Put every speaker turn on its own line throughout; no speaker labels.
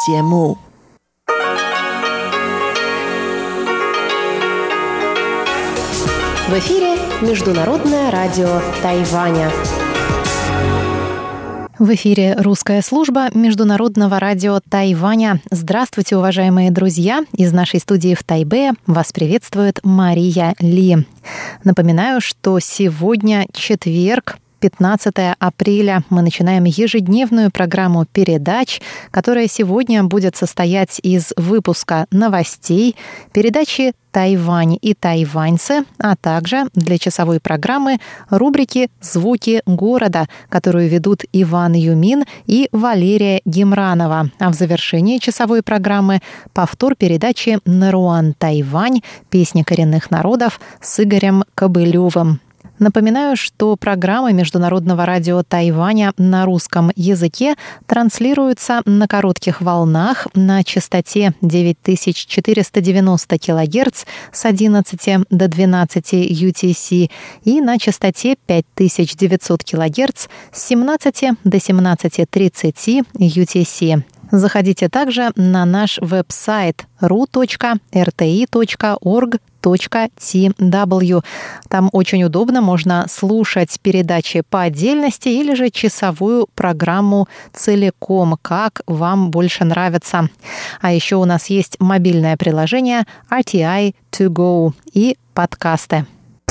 节目。
В эфире Международное радио Тайваня.
В эфире русская служба Международного радио Тайваня. Здравствуйте, уважаемые друзья! Из нашей студии в Тайбэе вас приветствует Мария Ли. Напоминаю, что сегодня четверг, 15 апреля, мы начинаем ежедневную программу передач, которая сегодня будет состоять из выпуска новостей, передачи «Тайвань и тайваньцы», а также для часовой программы рубрики «Звуки города», которую ведут Иван Юмин и Валерия Гемранова. А в завершении часовой программы повтор передачи «Наруан Тайвань. Песни коренных народов» с Игорем Кобылевым. Напоминаю, что программы Международного радио Тайваня на русском языке транслируются на коротких волнах на частоте 9490 кГц с 11 до 12 UTC и на частоте 5900 кГц с 17 до 17:30 UTC. Заходите также на наш веб-сайт ru.rti.org.tw. Там очень удобно, можно слушать передачи по отдельности или же часовую программу целиком, как вам больше нравится. А еще у нас есть мобильное приложение RTI To Go и подкасты.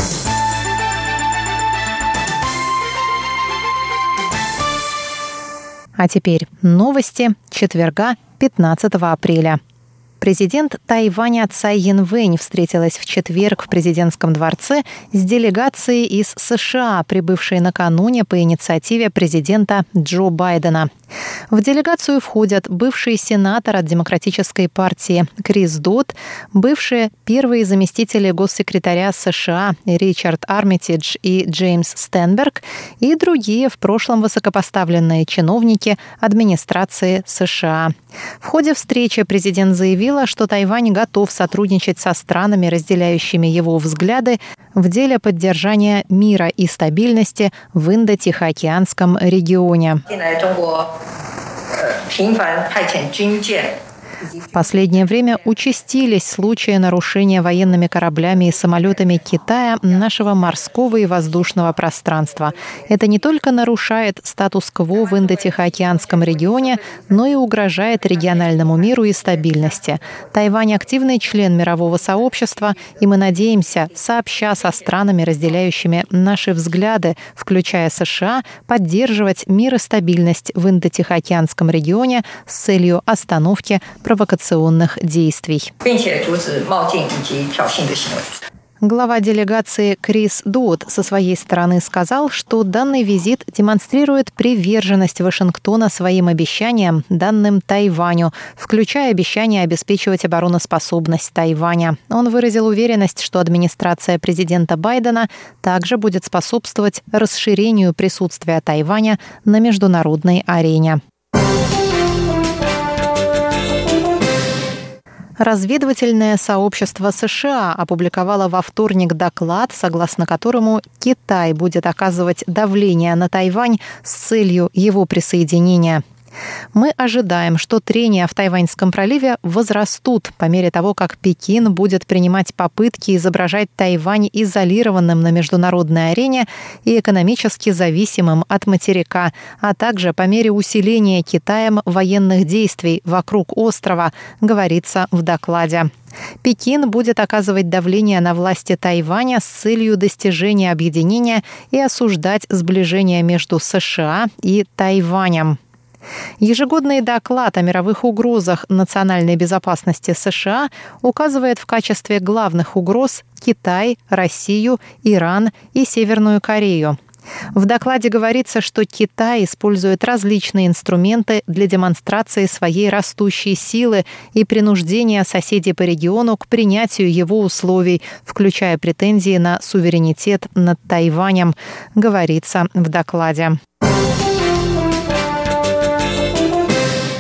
А теперь новости четверга, 15 апреля. Президент Тайваня Цай Янвэнь встретилась в четверг в президентском дворце с делегацией из США, прибывшей накануне по инициативе президента Джо Байдена. В делегацию входят бывший сенатор от Демократической партии Крис Дот, бывшие первые заместители госсекретаря США Ричард Армитидж и Джеймс Стенберг и другие в прошлом высокопоставленные чиновники администрации США. В ходе встречи президент заявила, что Тайвань готов сотрудничать со странами, разделяющими его взгляды, в деле поддержания мира и стабильности в Индо-Тихоокеанском регионе. В последнее время участились случаи нарушения военными кораблями и самолетами Китая нашего морского и воздушного пространства. Это не только нарушает статус-кво в Индо-Тихоокеанском регионе, но и угрожает региональному миру и стабильности. Тайвань – активный член мирового сообщества, и мы надеемся, сообща со странами, разделяющими наши взгляды, включая США, поддерживать мир и стабильность в Индо-Тихоокеанском регионе с целью остановки провокационных действий. Глава делегации Крис Дот со своей стороны сказал, что данный визит демонстрирует приверженность Вашингтона своим обещаниям, данным Тайваню, включая обещание обеспечивать обороноспособность Тайваня. Он выразил уверенность, что администрация президента Байдена также будет способствовать расширению присутствия Тайваня на международной арене. Разведывательное сообщество США опубликовало во вторник доклад, согласно которому Китай будет оказывать давление на Тайвань с целью его присоединения. Мы ожидаем, что трения в Тайваньском проливе возрастут по мере того, как Пекин будет принимать попытки изображать Тайвань изолированным на международной арене и экономически зависимым от материка, а также по мере усиления Китаем военных действий вокруг острова, говорится в докладе. Пекин будет оказывать давление на власти Тайваня с целью достижения объединения и осуждать сближение между США и Тайванем. Ежегодный доклад о мировых угрозах национальной безопасности США указывает в качестве главных угроз Китай, Россию, Иран и Северную Корею. В докладе говорится, что Китай использует различные инструменты для демонстрации своей растущей силы и принуждения соседей по региону к принятию его условий, включая претензии на суверенитет над Тайванем, говорится в докладе.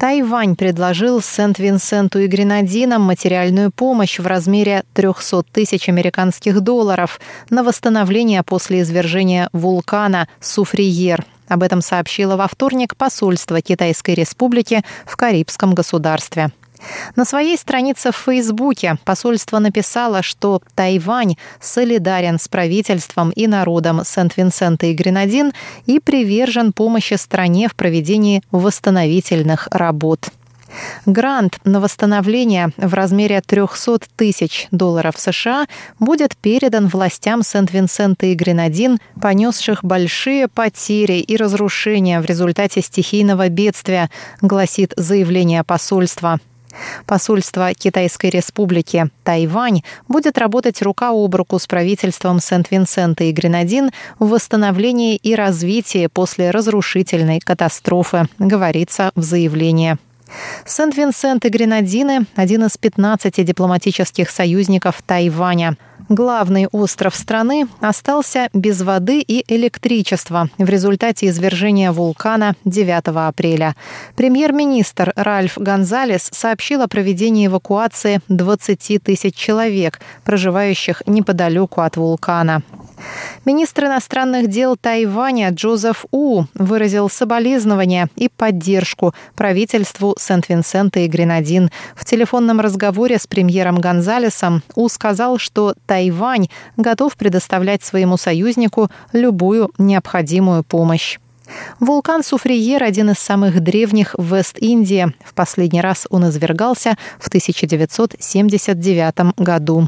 Тайвань предложил Сент-Винсенту и Гренадинам материальную помощь в размере 300 тысяч американских долларов на восстановление после извержения вулкана Суфриер. Об этом сообщило во вторник посольство Китайской Республики в Карибском государстве. На своей странице в Фейсбуке посольство написало, что Тайвань солидарен с правительством и народом Сент-Винсента и Гренадин и привержен помощи стране в проведении восстановительных работ. Грант на восстановление в размере 300 тысяч долларов США будет передан властям Сент-Винсента и Гренадин, понесших большие потери и разрушения в результате стихийного бедствия, гласит заявление посольства. Посольство Китайской Республики Тайвань будет работать рука об руку с правительством Сент-Винсента и Гренадин в восстановлении и развитии после разрушительной катастрофы, говорится в заявлении. Сент-Винсент и Гренадины – один из 15 дипломатических союзников Тайваня. Главный остров страны остался без воды и электричества в результате извержения вулкана 9 апреля. Премьер-министр Ральф Гонзалес сообщил о проведении эвакуации 20 тысяч человек, проживающих неподалеку от вулкана. Министр иностранных дел Тайваня Джозеф У выразил соболезнования и поддержку правительству Сент-Винсента и Гренадин. В телефонном разговоре с премьером Гонзалесом У сказал, что Тайвань готов предоставлять своему союзнику любую необходимую помощь. Вулкан Суфриер – один из самых древних в Вест-Индии. В последний раз он извергался в 1979 году.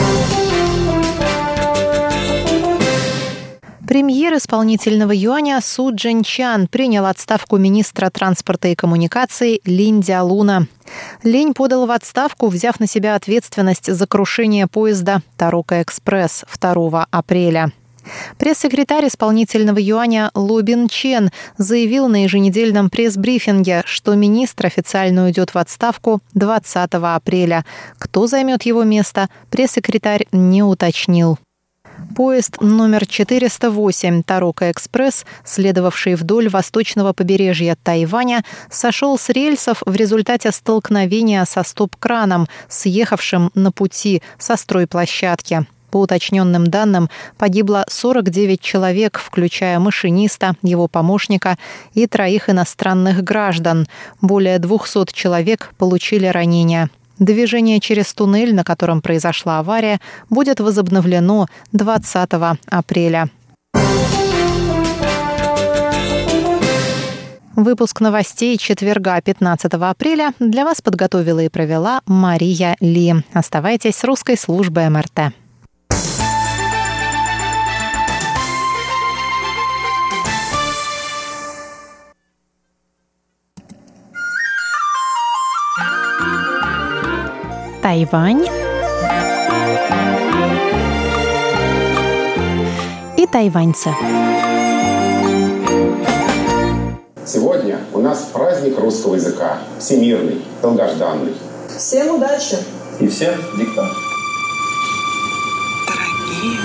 Премьер исполнительного юаня Су Чжэньчан принял отставку министра транспорта и коммуникаций Линь Цзялуна. Линь подал в отставку, взяв на себя ответственность за крушение поезда «Тарока-экспресс» 2 апреля. Пресс-секретарь исполнительного юаня Лу Бин-чен заявил на еженедельном пресс-брифинге, что министр официально уйдет в отставку 20 апреля. Кто займет его место, пресс-секретарь не уточнил. Поезд номер 408 «Тарока-экспресс», следовавший вдоль восточного побережья Тайваня, сошел с рельсов в результате столкновения со стоп-краном, съехавшим на пути со стройплощадки. По уточненным данным, погибло 49 человек, включая машиниста, его помощника и 3 иностранных граждан. Более 200 человек получили ранения. Движение через туннель, на котором произошла авария, будет возобновлено 20 апреля. Выпуск новостей четверга 15 апреля для вас подготовила и провела Мария Ли. Оставайтесь с русской службой МРТ. Тайвань и тайваньцы.
Сегодня у нас праздник русского языка. Всемирный, долгожданный.
Всем удачи!
И всем диктант.
Дорогие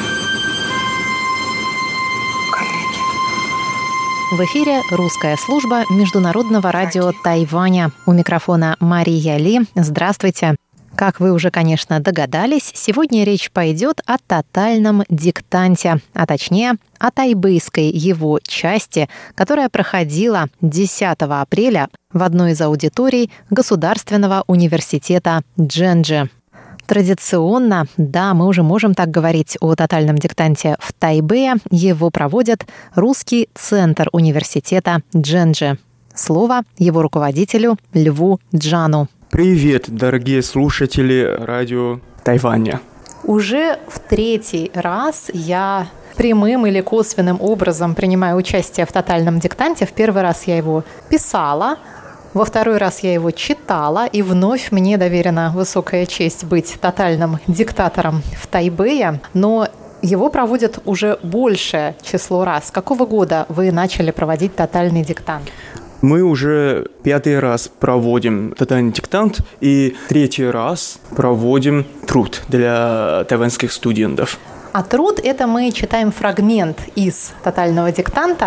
коллеги.
В эфире русская служба Международного радио Тайваня. У микрофона Мария Ли. Здравствуйте. Как вы уже, конечно, догадались, сегодня речь пойдет о тотальном диктанте, а точнее о тайбэйской его части, которая проходила 10 апреля в одной из аудиторий Государственного университета Чжэнджи. Традиционно, да, мы уже можем так говорить о тотальном диктанте в Тайбэе, его проводит Русский центр университета Чжэнджи. Слово его руководителю Льву Джану.
Привет, дорогие слушатели радио Тайваня.
Уже в 3-й раз я прямым или косвенным образом принимаю участие в тотальном диктанте. В 1-й раз я его писала, во 2-й раз я его читала, и вновь мне доверена высокая честь быть тотальным диктатором в Тайбэе. Но его проводят уже большее число раз. С какого года вы начали проводить тотальный диктант?
Мы уже 5-й раз проводим тотальный диктант и 3-й раз проводим труд для тайваньских студентов.
А труд – это мы читаем фрагмент из тотального диктанта.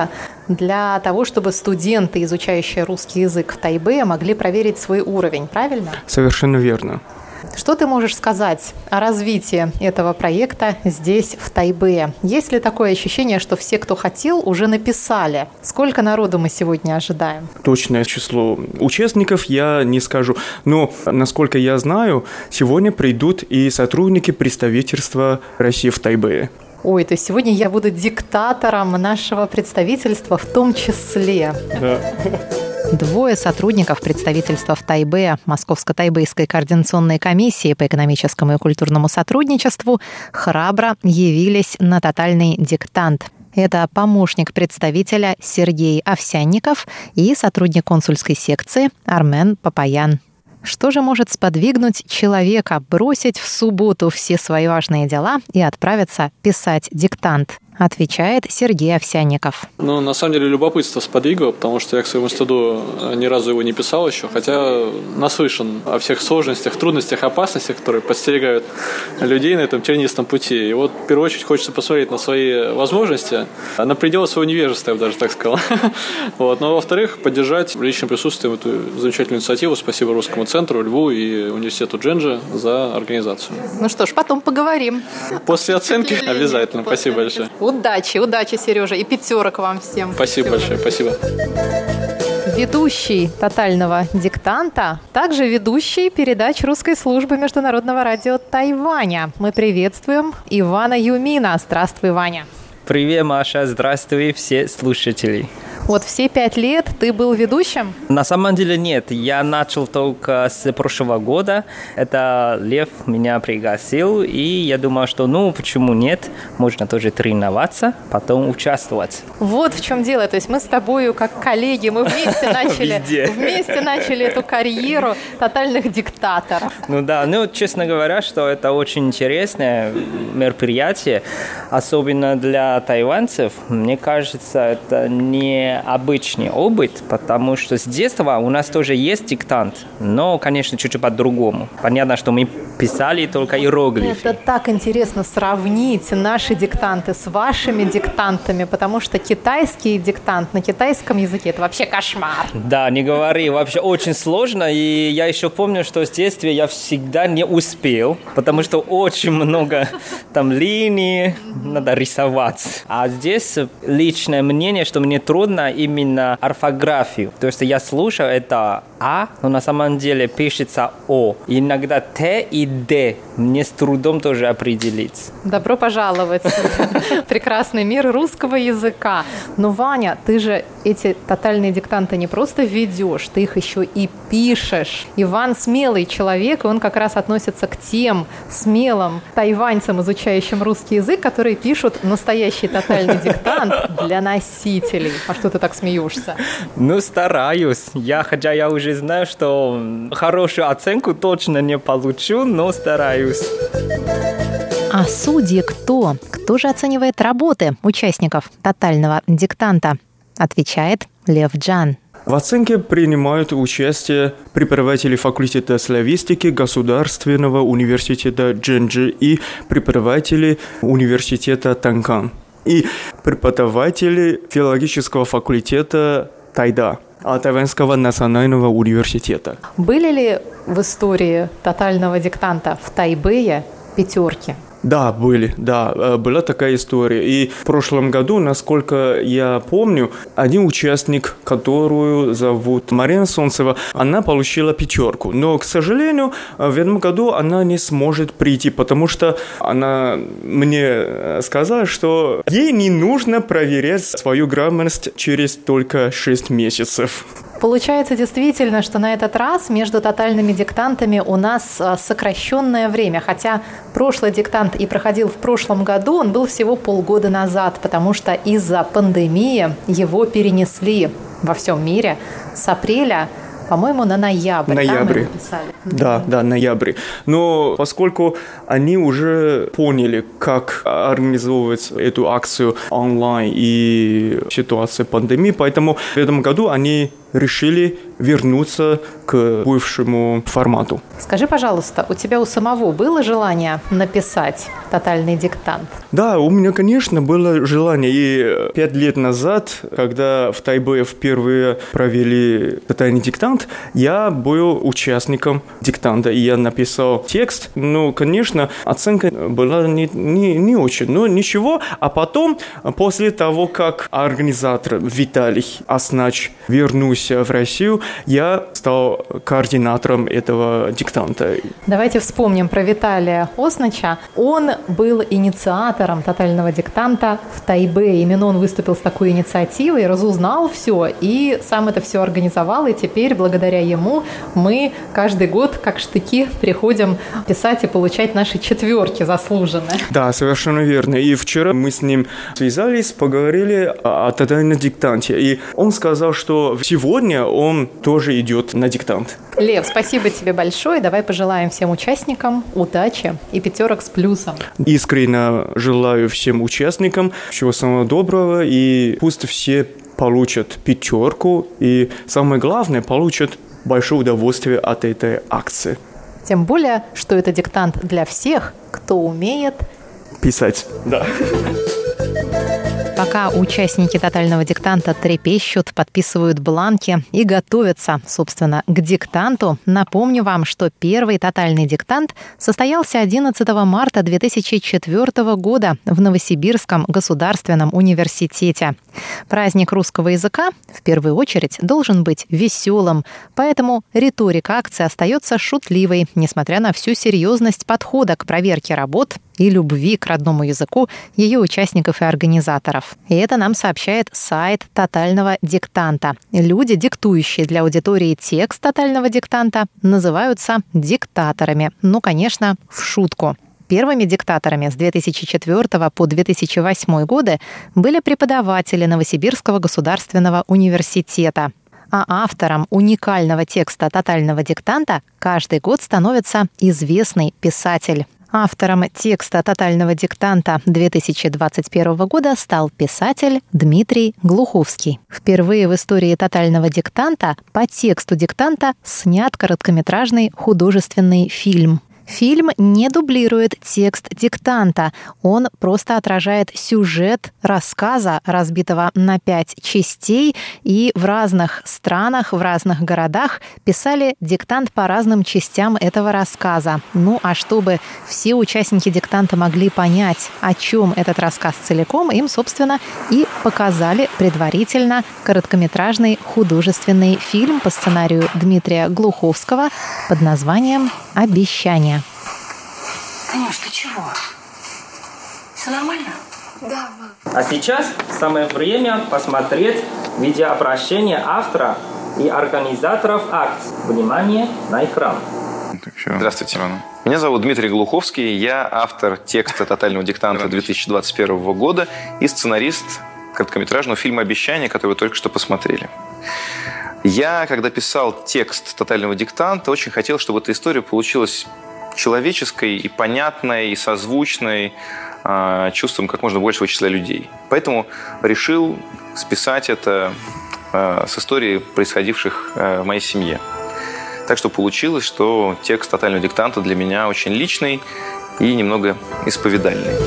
для того, чтобы студенты, изучающие русский язык в Тайбэе, могли проверить свой уровень, правильно?
Совершенно верно.
Что ты можешь сказать о развитии этого проекта здесь, в Тайбэе? Есть ли такое ощущение, что все, кто хотел, уже написали? Сколько народу мы сегодня ожидаем?
Точное число участников я не скажу, но, насколько я знаю, сегодня придут и сотрудники представительства России в Тайбэе.
Ой, то есть сегодня я буду диктатором нашего представительства в том числе.
Да.
Двое сотрудников представительства в Тайбэе Московско-Тайбэйской координационной комиссии по экономическому и культурному сотрудничеству храбро явились на тотальный диктант. Это помощник представителя Сергей Овсянников и сотрудник консульской секции Армен Папаян. Что же может сподвигнуть человека бросить в субботу все свои важные дела и отправиться писать диктант? Отвечает Сергей Овсянников.
На самом деле любопытство сподвигло, потому что я к своему стыду ни разу его не писал еще, хотя наслышан о всех сложностях, трудностях, опасностях, которые подстерегают людей на этом тернистом пути. И вот в первую очередь хочется посмотреть на свои возможности, на пределы своего невежества, я бы даже так сказал. Но во-вторых, поддержать личным присутствием эту замечательную инициативу. Спасибо Русскому центру, Льву и университету Дженджи за организацию.
Ну что ж, потом поговорим.
После оценки обязательно. Спасибо большое.
Удачи, Сережа, и 5 вам всем.
Спасибо большое, спасибо.
Ведущий тотального диктанта, также ведущий передач русской службы Международного радио Тайваня. Мы приветствуем Ивана Юмина. Здравствуй, Ваня.
Привет, Маша. Здравствуй, все слушатели.
Вот все 5 лет ты был ведущим?
На самом деле нет. Я начал только с прошлого года. Это Лев меня пригласил, и я думал, что почему нет? Можно тоже тренироваться, потом участвовать.
Вот в чем дело. То есть мы с тобою, как коллеги, мы вместе начали эту карьеру тотальных диктаторов.
Честно говоря, что это очень интересное мероприятие, особенно для тайваньцев. Мне кажется, это не обычный опыт, потому что с детства у нас тоже есть диктант, но, конечно, чуть-чуть по-другому. Понятно, что мы писали только иероглифы.
Это так интересно сравнить наши диктанты с вашими диктантами, потому что китайский диктант на китайском языке – это вообще кошмар.
Да, не говори, вообще очень сложно, и я еще помню, что с детства я всегда не успел, потому что очень много там линий надо рисовать. А здесь личное мнение, что мне трудно именно орфографию. То есть я слушаю это А, но на самом деле пишется О. Иногда Т и Д. Мне с трудом тоже определить.
Добро пожаловать в прекрасный мир русского языка. Но, Ваня, ты же эти тотальные диктанты не просто ведешь, ты их еще и пишешь. Иван смелый человек, и он как раз относится к тем смелым тайваньцам, изучающим русский язык, которые пишут настоящий тотальный диктант для носителей. А что ты так смеешься?
Стараюсь. Хотя я уже знаю, что хорошую оценку точно не получу, но стараюсь.
А судьи кто? Кто же оценивает работы участников тотального диктанта? Отвечает Лев Джан.
В оценке принимают участие преподаватели факультета славистики Государственного университета Дженджи и преподаватели университета Танкан и преподаватели филологического факультета Тайда Тайваньского национального университета.
Были ли в истории тотального диктанта в Тайбэе 5?
Да, была такая история. И в прошлом году, насколько я помню, один участник, которую зовут Марина Солнцева, она получила 5. Но, к сожалению, в этом году она не сможет прийти, потому что она мне сказала, что ей не нужно проверять свою грамотность через только 6 месяцев.
Получается действительно, что на этот раз между тотальными диктантами у нас сокращенное время, хотя прошлый диктант и проходил в прошлом году, он был всего полгода назад, потому что из-за пандемии его перенесли во всем мире с апреля, по-моему, на ноябрь.
Да, ноябрь. Но поскольку они уже поняли, как организовывать эту акцию онлайн и ситуацию пандемии, поэтому в этом году они решили вернуться к бывшему формату.
Скажи, пожалуйста, у тебя у самого было желание написать тотальный диктант?
Да, у меня, конечно, было желание. И 5 лет назад, когда в Тайбэе впервые провели тотальный диктант, я был участником диктанта, и я написал текст. Ну, конечно, оценка была не очень, но ничего. А потом, после того, как организатор Виталий Аснач вернулся в Россию, я стал координатором этого диктанта.
Давайте вспомним про Виталия Оснача. Он был инициатором тотального диктанта в Тайбэе. Именно он выступил с такой инициативой, разузнал все и сам это все организовал. И теперь, благодаря ему, мы каждый год, как штыки, приходим писать и получать наши 4 заслуженные.
Да, совершенно верно. И вчера мы с ним связались, поговорили о тотальном диктанте. И он сказал, что сегодня он тоже идет на диктант.
Лев, спасибо тебе большое. Давай пожелаем всем участникам удачи и 5 с плюсом.
Искренне желаю всем участникам всего самого доброго, и пусть все получат 5, и самое главное, получат большое удовольствие от этой акции.
Тем более, что это диктант для всех, кто умеет
писать. Да.
Пока участники тотального диктанта трепещут, подписывают бланки и готовятся, собственно, к диктанту, напомню вам, что первый тотальный диктант состоялся 11 марта 2004 года в Новосибирском государственном университете. Праздник русского языка, в первую очередь, должен быть веселым, поэтому риторика акции остается шутливой, несмотря на всю серьезность подхода к проверке работ и любви к родному языку ее участников и организаторов. И это нам сообщает сайт тотального диктанта. Люди, диктующие для аудитории текст тотального диктанта, называются диктаторами. Ну, конечно, в шутку. Первыми диктаторами с 2004 по 2008 годы были преподаватели Новосибирского государственного университета. А автором уникального текста тотального диктанта каждый год становится известный писатель. Автором текста тотального диктанта 2021 года стал писатель Дмитрий Глуховский. Впервые в истории тотального диктанта по тексту диктанта снят короткометражный художественный фильм. Фильм не дублирует текст диктанта, он просто отражает сюжет рассказа, разбитого на 5 частей, и в разных странах, в разных городах писали диктант по разным частям этого рассказа. Ну а чтобы все участники диктанта могли понять, о чем этот рассказ целиком, им, собственно, и показали предварительно короткометражный художественный фильм по сценарию Дмитрия Глуховского под названием «Обещание».
Танюш, ты чего? Все нормально?
Да, мам.
А сейчас самое время посмотреть видеообращение автора и организаторов акций. Внимание на экран.
Здравствуйте. Меня зовут Дмитрий Глуховский. Я автор текста тотального диктанта 2021 года и сценарист короткометражного фильма «Обещание», который вы только что посмотрели. Я, когда писал текст тотального диктанта, очень хотел, чтобы эта история получилась человеческой и понятной, и созвучной чувствам как можно большего числа людей. Поэтому решил списать это с истории, происходивших в моей семье. Так что получилось, что текст тотального диктанта для меня очень личный и немного исповедальный.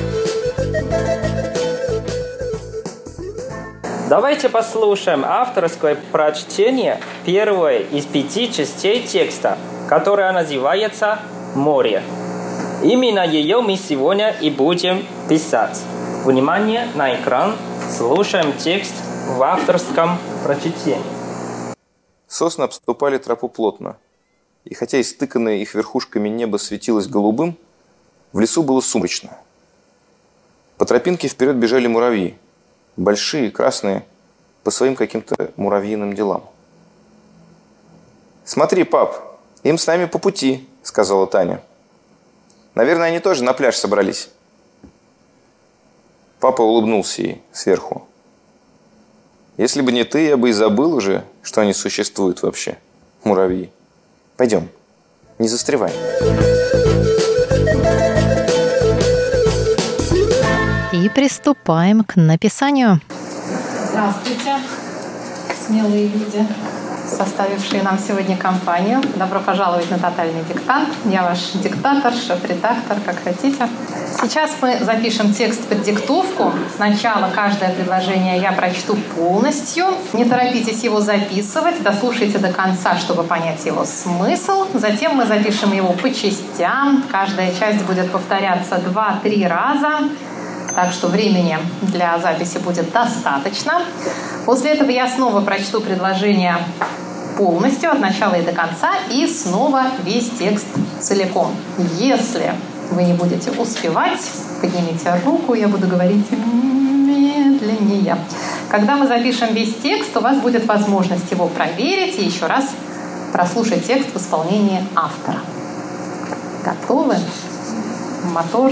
Давайте послушаем авторское прочтение первой из 5 частей текста, которая называется «Море». Именно ее мы сегодня и будем писать. Внимание на экран. Слушаем текст в авторском прочтении.
Сосны обступали тропу плотно, и хотя истыканное их верхушками небо светилось голубым, в лесу было сумрачно. По тропинке вперед бежали муравьи, большие, красные, по своим каким-то муравьиным делам. «Смотри, пап, им с нами по пути», — сказала Таня. «Наверное, они тоже на пляж собрались». Папа улыбнулся ей сверху. «Если бы не ты, я бы и забыл уже, что они существуют вообще, муравьи. Пойдем, не застревай».
И приступаем к написанию.
Здравствуйте, смелые люди.
составившие нам сегодня компанию. Добро пожаловать на «Тотальный диктант». Я ваш диктатор, шеф-редактор, как хотите. Сейчас мы запишем текст под диктовку. Сначала каждое предложение я прочту полностью. Не торопитесь его записывать, дослушайте до конца, чтобы понять его смысл. Затем мы запишем его по частям. Каждая часть будет повторяться 2-3 раза. Так что времени для записи будет достаточно. После этого я снова прочту предложение полностью, от начала и до конца, и снова весь текст целиком. Если вы не будете успевать, поднимите руку, я буду говорить медленнее. Когда мы запишем весь текст, у вас будет возможность его проверить и еще раз прослушать текст в исполнении автора. Готовы? Мотор.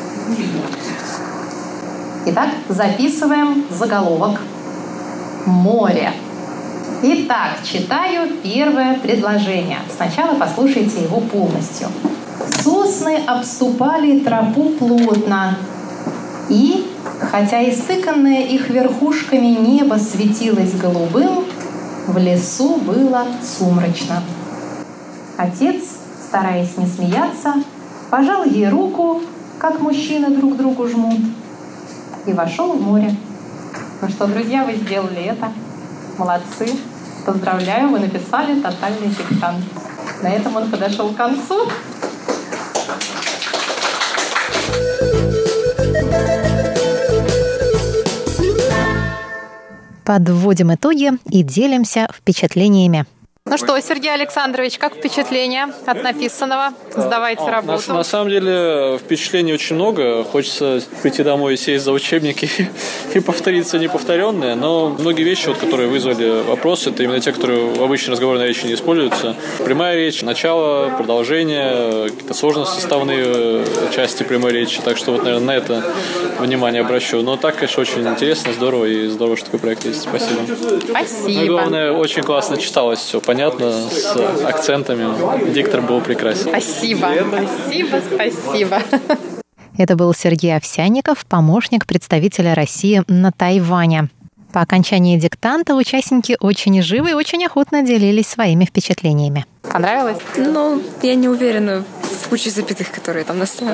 Итак, записываем заголовок «Море». Итак, читаю первое предложение. Сначала послушайте его полностью. «Сосны обступали тропу плотно, и, хотя истыканное их верхушками небо светилось голубым, в лесу было сумрачно. Отец, стараясь не смеяться, пожал ей руку, как мужчины друг другу жмут, и вошел в море». Ну что, друзья, вы сделали это. Молодцы. Поздравляю, вы написали «Тотальный диктант». На этом он подошел к концу. Подводим итоги и делимся впечатлениями. Ну что, Сергей Александрович, как впечатление от написанного? Сдавайте работу.
На самом деле впечатлений очень много. Хочется прийти домой и сесть за учебники и повторить все неповторенное. Но многие вещи, вот, которые вызвали вопросы, это именно те, которые в обычной разговорной речи не используются. Прямая речь, начало, продолжение, какие-то сложно-составные части прямой речи. Так что вот, наверное, на это внимание обращу. Но так, конечно, очень интересно, здорово, и здорово, что такой проект есть. Спасибо.
Спасибо.
Но главное, очень классно читалось все. Понятно, с акцентами. Диктор был прекрасен.
Спасибо. Спасибо. Это был Сергей Овсянников, помощник представителя России на Тайване. По окончании диктанта участники очень живо и очень охотно делились своими впечатлениями. Понравилось?
Ну, я не уверена в куче запятых, которые там наставили.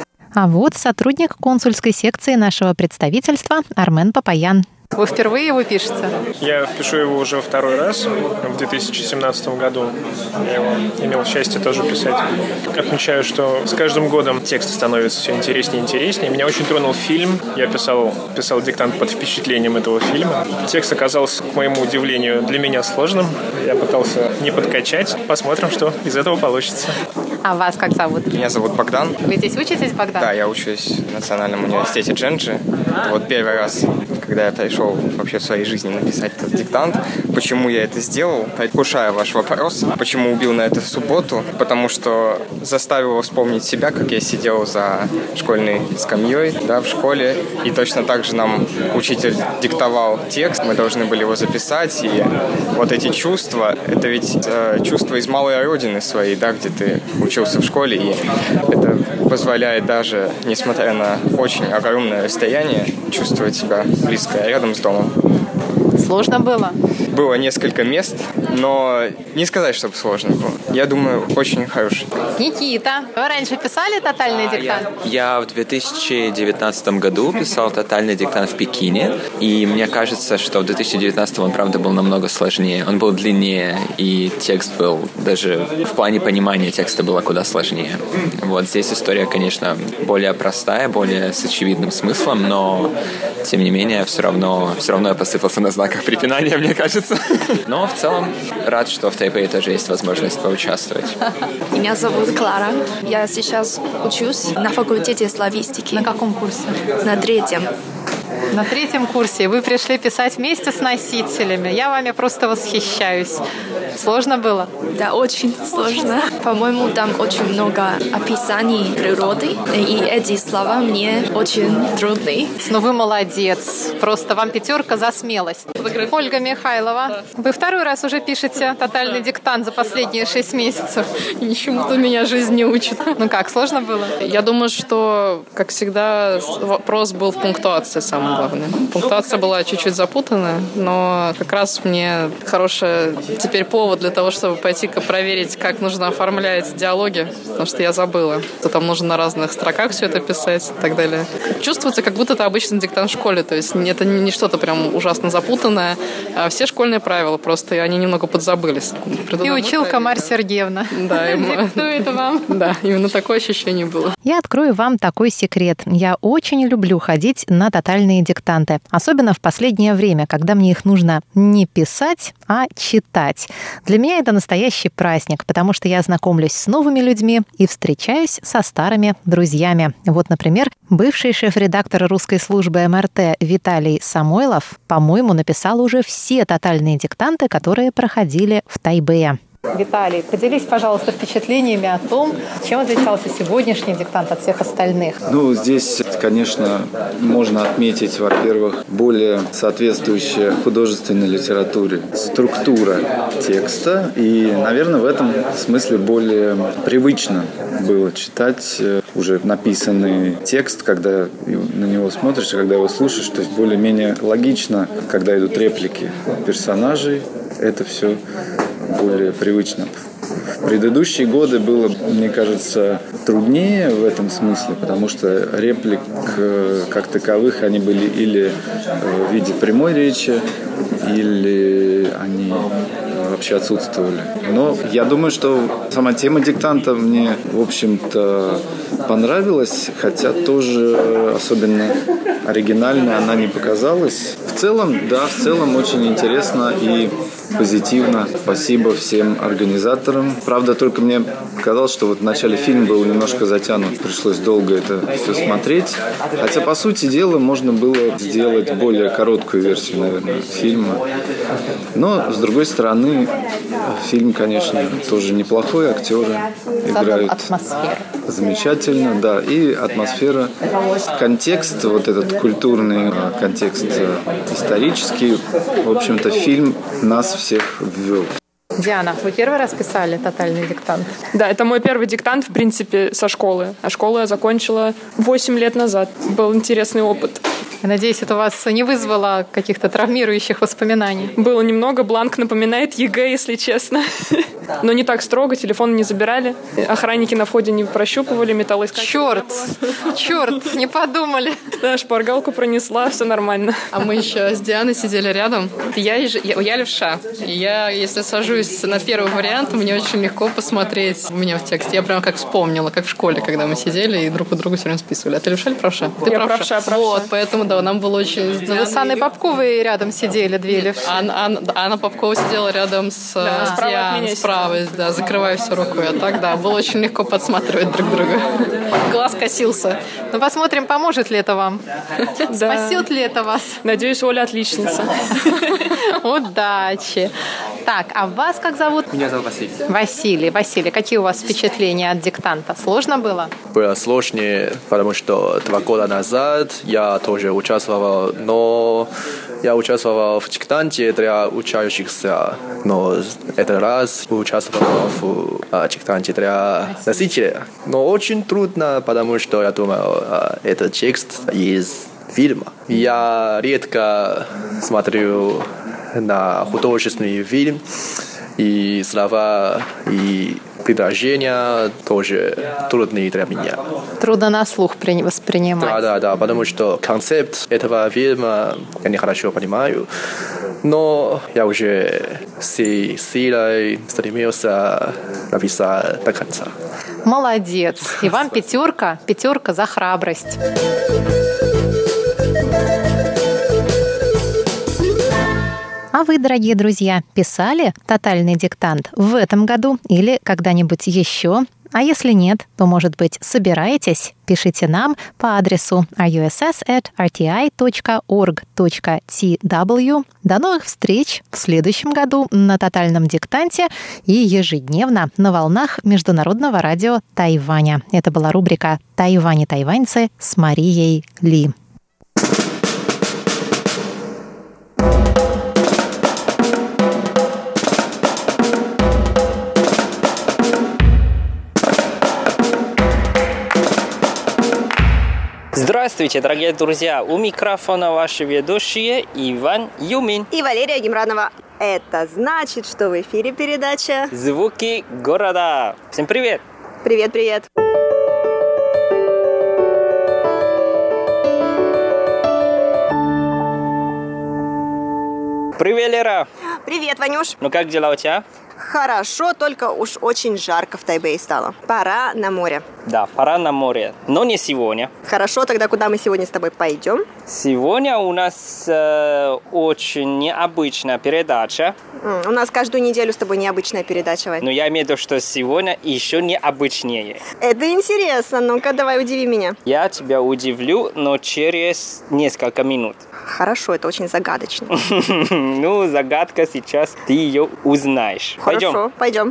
А вот сотрудник консульской секции нашего представительства Армен Папаян. Вы впервые его пишете?
Я пишу его уже второй раз, в 2017 году. Я его имел счастье тоже писать. Отмечаю, что с каждым годом текст становится все интереснее и интереснее. Меня очень тронул фильм. Я писал диктант под впечатлением этого фильма. Текст оказался, к моему удивлению, для меня сложным. Я пытался не подкачать. Посмотрим, что из этого получится.
А вас как зовут?
Меня зовут Богдан.
Вы здесь учитесь, Богдан?
Да, я учусь в Национальном университете Дженджи. Вот первый раз, когда я пришел вообще в своей жизни написать этот диктант. Почему я это сделал? Предвкушая ваш вопрос. Почему убил на это субботу? Потому что заставил вспомнить себя, как я сидел за школьной скамьей, да, в школе. И точно так же нам учитель диктовал текст. Мы должны были его записать. И вот эти чувства, это ведь чувства из малой родины своей, да, где ты учился в школе. И это позволяет даже, несмотря на очень огромное расстояние, чувствовать себя близко рядом с домом.
Сложно было?
Было несколько мест, но не сказать, чтобы сложно было. Я думаю, очень хороший.
Никита, вы раньше писали «Тотальный диктант»?
Я в 2019 году писал «Тотальный диктант» в Пекине, и мне кажется, что в 2019 он, правда, был намного сложнее. Он был длиннее, и текст был, даже в плане понимания текста было куда сложнее. Вот здесь история, конечно, более простая, более с очевидным смыслом, но, тем не менее, все равно я посыпался на знаках препинания, мне кажется. Но в целом рад, что в Тайпэе тоже есть возможность поучаствовать.
Меня зовут Клара. Я сейчас учусь на факультете славистики.
На каком курсе?
На 3-м.
На 3-м курсе вы пришли писать вместе с носителями. Я вами просто восхищаюсь. Сложно было?
Да, очень сложно. По-моему, там очень много описаний природы, и эти слова мне очень трудны.
Ну вы молодец. Просто вам 5 за смелость. Ольга Михайлова, вы второй раз уже пишете «Тотальный диктант» за последние 6 месяцев.
Ничему-то меня жизнь не учит.
Ну как, сложно было?
Я думаю, что, как всегда, вопрос был в пунктуации самым главным. главное. Пунктуация была чуть-чуть запутанная, но как раз мне хороший теперь повод для того, чтобы пойти проверить, как нужно оформлять диалоги, потому что я забыла, что там нужно на разных строках все это писать и так далее. Чувствуется, как будто это обычный диктант в школе, то есть это не что-то прям ужасно запутанное, а все школьные правила, просто они немного подзабылись.
И училка Марья Сергеевна.
Да,
диктует вам.
Да, именно такое ощущение было.
Я открою вам такой секрет. Я очень люблю ходить на тотальные диктанты. Особенно в последнее время, когда мне их нужно не писать, а читать. Для меня это настоящий праздник, потому что я знакомлюсь с новыми людьми и встречаюсь со старыми друзьями. Вот, например, бывший шеф-редактор русской службы МРТ Виталий Самойлов, по-моему, написал уже все тотальные диктанты, которые проходили в Тайбэе. Виталий, поделись, пожалуйста, впечатлениями о том, чем отличался сегодняшний диктант от всех остальных.
Здесь, конечно, можно отметить, во-первых, более соответствующая художественной литературе структура текста. И, наверное, в этом смысле более привычно было читать уже написанный текст, когда на него смотришь, и когда его слушаешь. То есть более-менее логично, когда идут реплики персонажей, это все более привычно. В предыдущие годы было, мне кажется, труднее в этом смысле, потому что реплик как таковых они были или в виде прямой речи, или они вообще отсутствовали. Но я думаю, что сама тема диктанта мне, в общем-то, понравилась, хотя тоже особенно оригинальной она не показалась. В целом очень интересно и позитивно. Спасибо всем организаторам. Правда, только мне казалось, что в начале фильм был немножко затянут. Пришлось долго это все смотреть. Хотя, по сути дела, можно было сделать более короткую версию, наверное, фильма. Но, с другой стороны, фильм, конечно, тоже неплохой. Актеры играют замечательно. Да, и атмосфера, контекст, вот этот культурный контекст исторический, в общем-то, фильм нас всех ввел.
Диана, вы первый раз писали тотальный диктант?
Да, это мой первый диктант, в принципе, со школы. А школу я закончила 8 лет назад. Был интересный опыт.
Я надеюсь, это у вас не вызвало каких-то травмирующих воспоминаний?
Было немного. Бланк напоминает ЕГЭ, если честно. Но не так строго, телефон не забирали. Охранники на входе не прощупывали, металлоискатели.
Черт, не подумали.
Да, шпаргалку пронесла, все нормально.
А мы еще с Дианой сидели рядом. Я левша. И я, если сажусь на первый вариант, мне очень легко посмотреть у меня в тексте. Я прям как вспомнила, как в школе, когда мы сидели и друг у друга все время списывали. А ты левша или правша?
Я правша.
Вот, поэтому, да, нам было очень...
Вы с Анной Попковой рядом сидели, две левши.
Анна Попкова сидела рядом с Дианой. Справа, да, закрывая все рукой. А так, да, было очень легко подсматривать друг друга. Глаз косился.
Ну, посмотрим, поможет ли это вам. Спасет ли это вас?
Надеюсь, Оля отличница.
Удачи. Так, а вас как зовут?
Меня зовут Василий.
Василий, какие у вас впечатления от диктанта? Сложно было?
Было сложнее, потому что 2 года назад я тоже участвовал, но я участвовал в диктанте для учащихся, но этот раз участвовал в диктанте для носителя. Но очень трудно, потому что я думал, это текст из фильма. Я редко смотрю на художественный фильм, и слова, и предложения тоже трудные для меня.
Трудно на слух воспринимать.
Да, потому что концепт этого фильма я не хорошо понимаю, но я уже всей силой стремился написать до конца.
Молодец. И вам 5 за храбрость. А вы, дорогие друзья, писали тотальный диктант в этом году или когда-нибудь еще? А если нет, то, может быть, собираетесь? Пишите нам по адресу russ@rti.org.tw. До новых встреч в следующем году на тотальном диктанте и ежедневно на волнах Международного радио Тайваня. Это была рубрика «Тайвань и тайваньцы» с Марией Ли.
Здравствуйте, дорогие друзья! У микрофона ваши ведущие Иван Юмин
и Валерия Гемранова. Это значит, что в эфире передача
«Звуки города». Всем привет!
Привет-привет!
Привет, Лера!
Привет, Ванюш!
Ну как дела у тебя?
Хорошо, только уж очень жарко в Тайбэе стало. Пора на море.
Да, пора на море, но не сегодня.
Хорошо, тогда куда мы сегодня с тобой пойдем?
Сегодня у нас очень необычная передача.
У нас каждую неделю с тобой необычная передача, Вань.
Но я имею в виду, что сегодня еще необычнее.
Это интересно, ну-ка давай удиви меня.
Я тебя удивлю, но через несколько минут.
Хорошо, это очень загадочно.
Ну, загадка сейчас, ты ее узнаешь.
Хорошо, пойдем.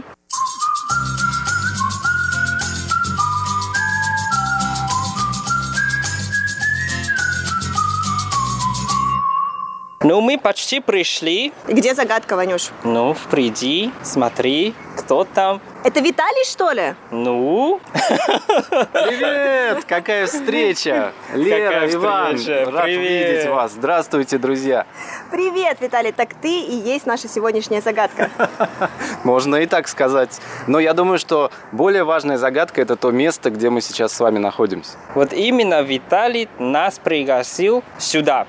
Ну, мы почти пришли.
Где загадка, Ванюш?
Ну, впереди, смотри, кто там.
Это Виталий, что ли?
Ну?
Привет! Какая встреча! Лера, Иван, рад видеть вас. Здравствуйте, друзья.
Привет, Виталий. Так ты и есть наша сегодняшняя загадка.
Можно и так сказать. Но я думаю, что более важная загадка – это то место, где мы сейчас с вами находимся.
Вот именно Виталий нас пригласил сюда.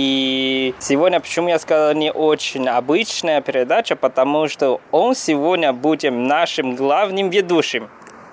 И сегодня, почему я сказал, не очень обычная передача, потому что он сегодня будет нашим главным ведущим.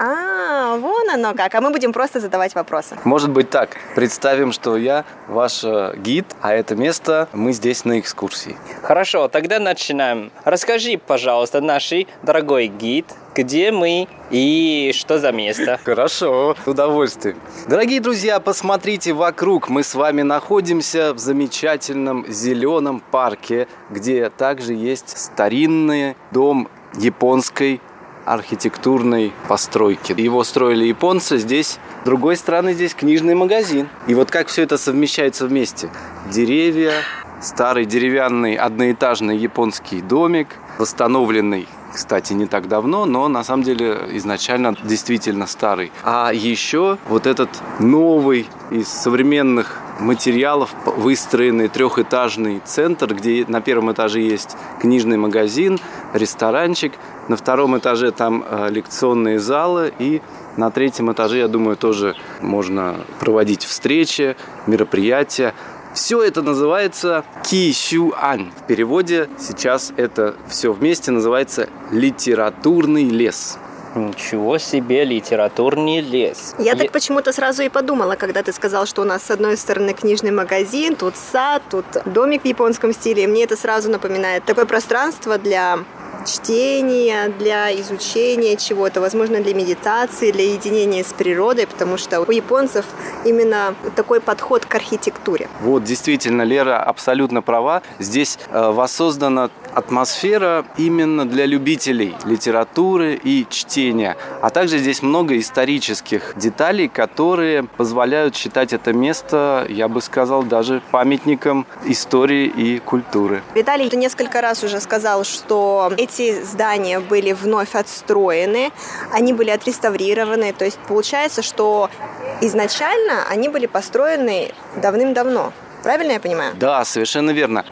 Вон оно как. А мы будем просто задавать вопросы.
Может быть так. Представим, что я ваш гид, а это место мы здесь на экскурсии.
Хорошо, тогда начинаем. Расскажи, пожалуйста, наш дорогой гид, где мы и что за место.
Хорошо, с удовольствием. Дорогие друзья, посмотрите вокруг. Мы с вами находимся в замечательном зеленом парке, где также есть старинный дом японской архитектурной постройки. Его строили японцы. Здесь, с другой стороны, здесь книжный магазин. И вот как все это совмещается вместе. Деревья, старый деревянный одноэтажный японский домик, восстановленный, кстати, не так давно, но на самом деле изначально действительно старый. А еще вот этот новый из современных материалов выстроенный трехэтажный центр, где на первом этаже есть книжный магазин, ресторанчик, на втором этаже там лекционные залы, и на третьем этаже, я думаю, тоже можно проводить встречи, мероприятия. Все это называется кисюань. В переводе сейчас это все вместе называется литературный лес.
Ничего себе, литературный лес.
Я так почему-то сразу и подумала, когда ты сказал, что у нас с одной стороны книжный магазин, тут сад, тут домик в японском стиле. И мне это сразу напоминает такое пространство для чтения, для изучения чего-то, возможно, для медитации, для единения с природой, потому что у японцев именно такой подход к архитектуре.
Вот, действительно, Лера абсолютно права. Здесь воссоздана атмосфера именно для любителей литературы и чтения. А также здесь много исторических деталей, которые позволяют считать это место, я бы сказал, даже памятником истории и культуры.
Виталий, ты несколько раз уже сказал, что эти здания были вновь отстроены, они были отреставрированы. То есть получается, что изначально они были построены давным-давно. Правильно я понимаю?
Да, совершенно верно.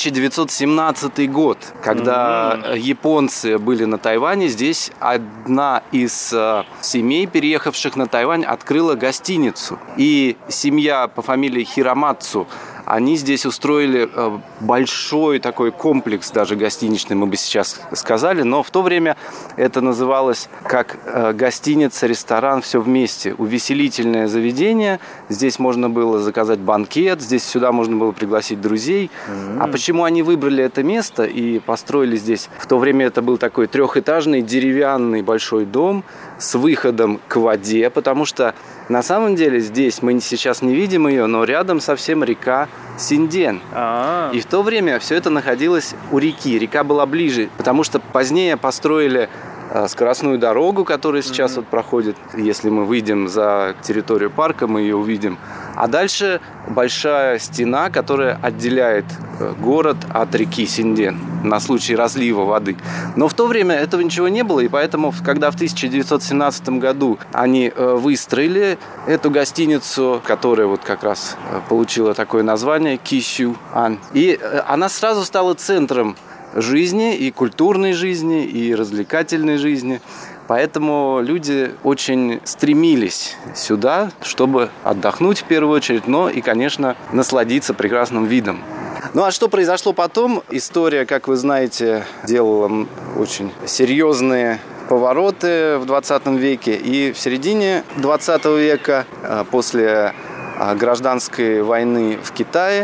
1917 год, когда японцы были на Тайване, здесь одна из семей, переехавших на Тайвань, открыла гостиницу. И семья по фамилии Хиромацу, они здесь устроили большой такой комплекс, даже гостиничный, мы бы сейчас сказали, но в то время это называлось как гостиница, ресторан, все вместе. Увеселительное заведение, здесь можно было заказать банкет, здесь сюда можно было пригласить друзей. А почему они выбрали это место и построили здесь? В то время это был такой трехэтажный деревянный большой дом с выходом к воде, потому что на самом деле здесь мы сейчас не видим ее, но рядом совсем река Синден. И в то время все это находилось у реки. Река была ближе, потому что позднее построили скоростную дорогу, которая сейчас вот проходит. Если мы выйдем за территорию парка, мы ее увидим. А дальше большая стена, которая отделяет город от реки Синден на случай разлива воды. Но в то время этого ничего не было, и поэтому, когда в 1917 году они выстроили эту гостиницу, которая вот как раз получила такое название Кисю-Ан, и она сразу стала центром жизни, и культурной жизни, и развлекательной жизни. Поэтому люди очень стремились сюда, чтобы отдохнуть в первую очередь, но и, конечно, насладиться прекрасным видом. Ну а что произошло потом? История, как вы знаете, делала очень серьезные повороты в 20 веке. И в середине 20 века, после гражданской войны в Китае,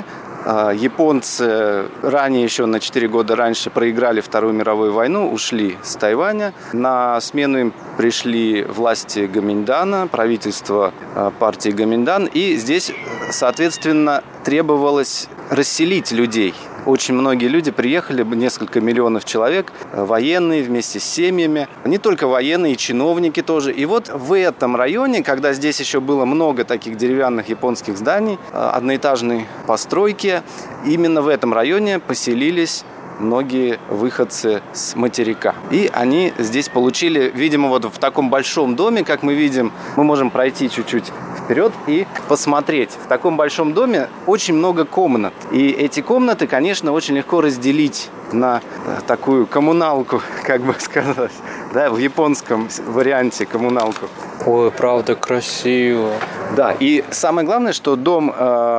японцы ранее, еще на 4 года раньше, проиграли Вторую мировую войну, ушли с Тайваня. На смену им пришли власти Гоминьдана, правительство партии Гоминьдан. И здесь, соответственно, требовалось расселить людей. Очень многие люди приехали, несколько миллионов человек, военные вместе с семьями. Не только военные, и чиновники тоже. И вот в этом районе, когда здесь еще было много таких деревянных японских зданий, одноэтажной постройки, именно в этом районе поселились многие выходцы с материка. И они здесь получили, видимо, вот в таком большом доме, как мы видим, мы можем пройти чуть-чуть вперед и посмотреть. В таком большом доме очень много комнат. И эти комнаты, конечно, очень легко разделить на такую коммуналку, как бы сказать, да, в японском варианте коммуналку.
Ой, правда, красиво.
Да, и самое главное, что дом,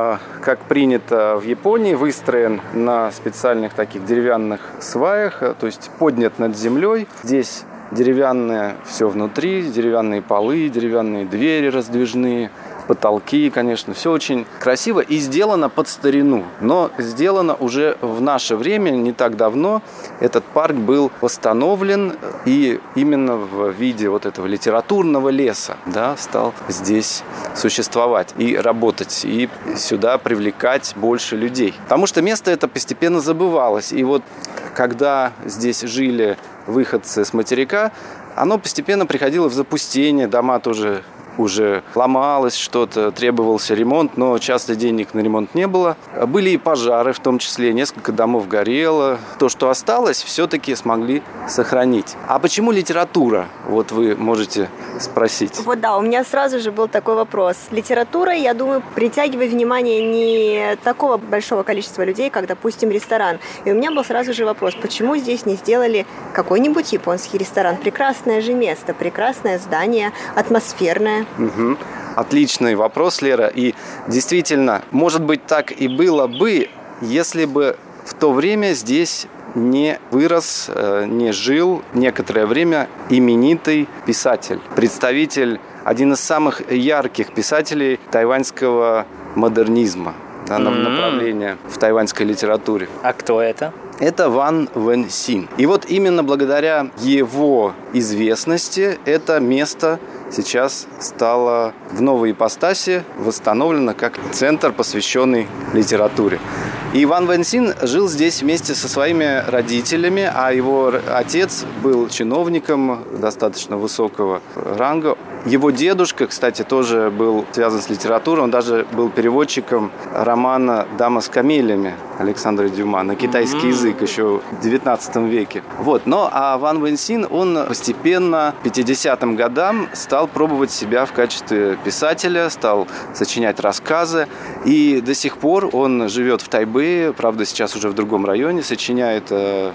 как принято в Японии, выстроен на специальных таких деревянных сваях, то есть поднят над землей. Здесь деревянное все внутри, деревянные полы, деревянные двери раздвижные, потолки, конечно, все очень красиво и сделано под старину. Но сделано уже в наше время, не так давно. Этот парк был восстановлен и именно в виде вот этого литературного леса, да, стал здесь существовать и работать, и сюда привлекать больше людей. Потому что место это постепенно забывалось. И вот когда здесь жили выходцы с материка, оно постепенно приходило в запустение, дома тоже уже ломалось что-то, требовался ремонт, но часто денег на ремонт не было. Были и пожары, в том числе несколько домов горело. То, что осталось, все-таки смогли сохранить. А почему литература? Вот вы можете спросить.
Вот да, у меня сразу же был такой вопрос. Литература, я думаю, притягивает внимание не такого большого количества людей, как, допустим, ресторан. И у меня был сразу же вопрос, почему здесь не сделали какой-нибудь японский ресторан? Прекрасное же место, прекрасное здание, атмосферное.
Угу. Отличный вопрос, Лера. И действительно, может быть, так и было бы, если бы в то время здесь не вырос, не жил некоторое время именитый писатель, представитель, один из самых ярких писателей тайваньского модернизма, да, направления в тайваньской литературе.
А кто это?
Это Ван Вэн Син. И вот именно благодаря его известности это место сейчас стало в новой ипостаси восстановлено как центр, посвященный литературе. И Ван Вэн Син жил здесь вместе со своими родителями, а его отец был чиновником достаточно высокого ранга. Его дедушка, кстати, тоже был связан с литературой, он даже был переводчиком романа «Дама с камелиями» Александра Дюма на китайский язык еще в XIX веке. Вот. Но а Ван Вэн Син, он постепенно к 50-м годам стал пробовать себя в качестве писателя, стал сочинять рассказы, и до сих пор он живет в Тайбэе, правда, сейчас уже в другом районе, сочиняет и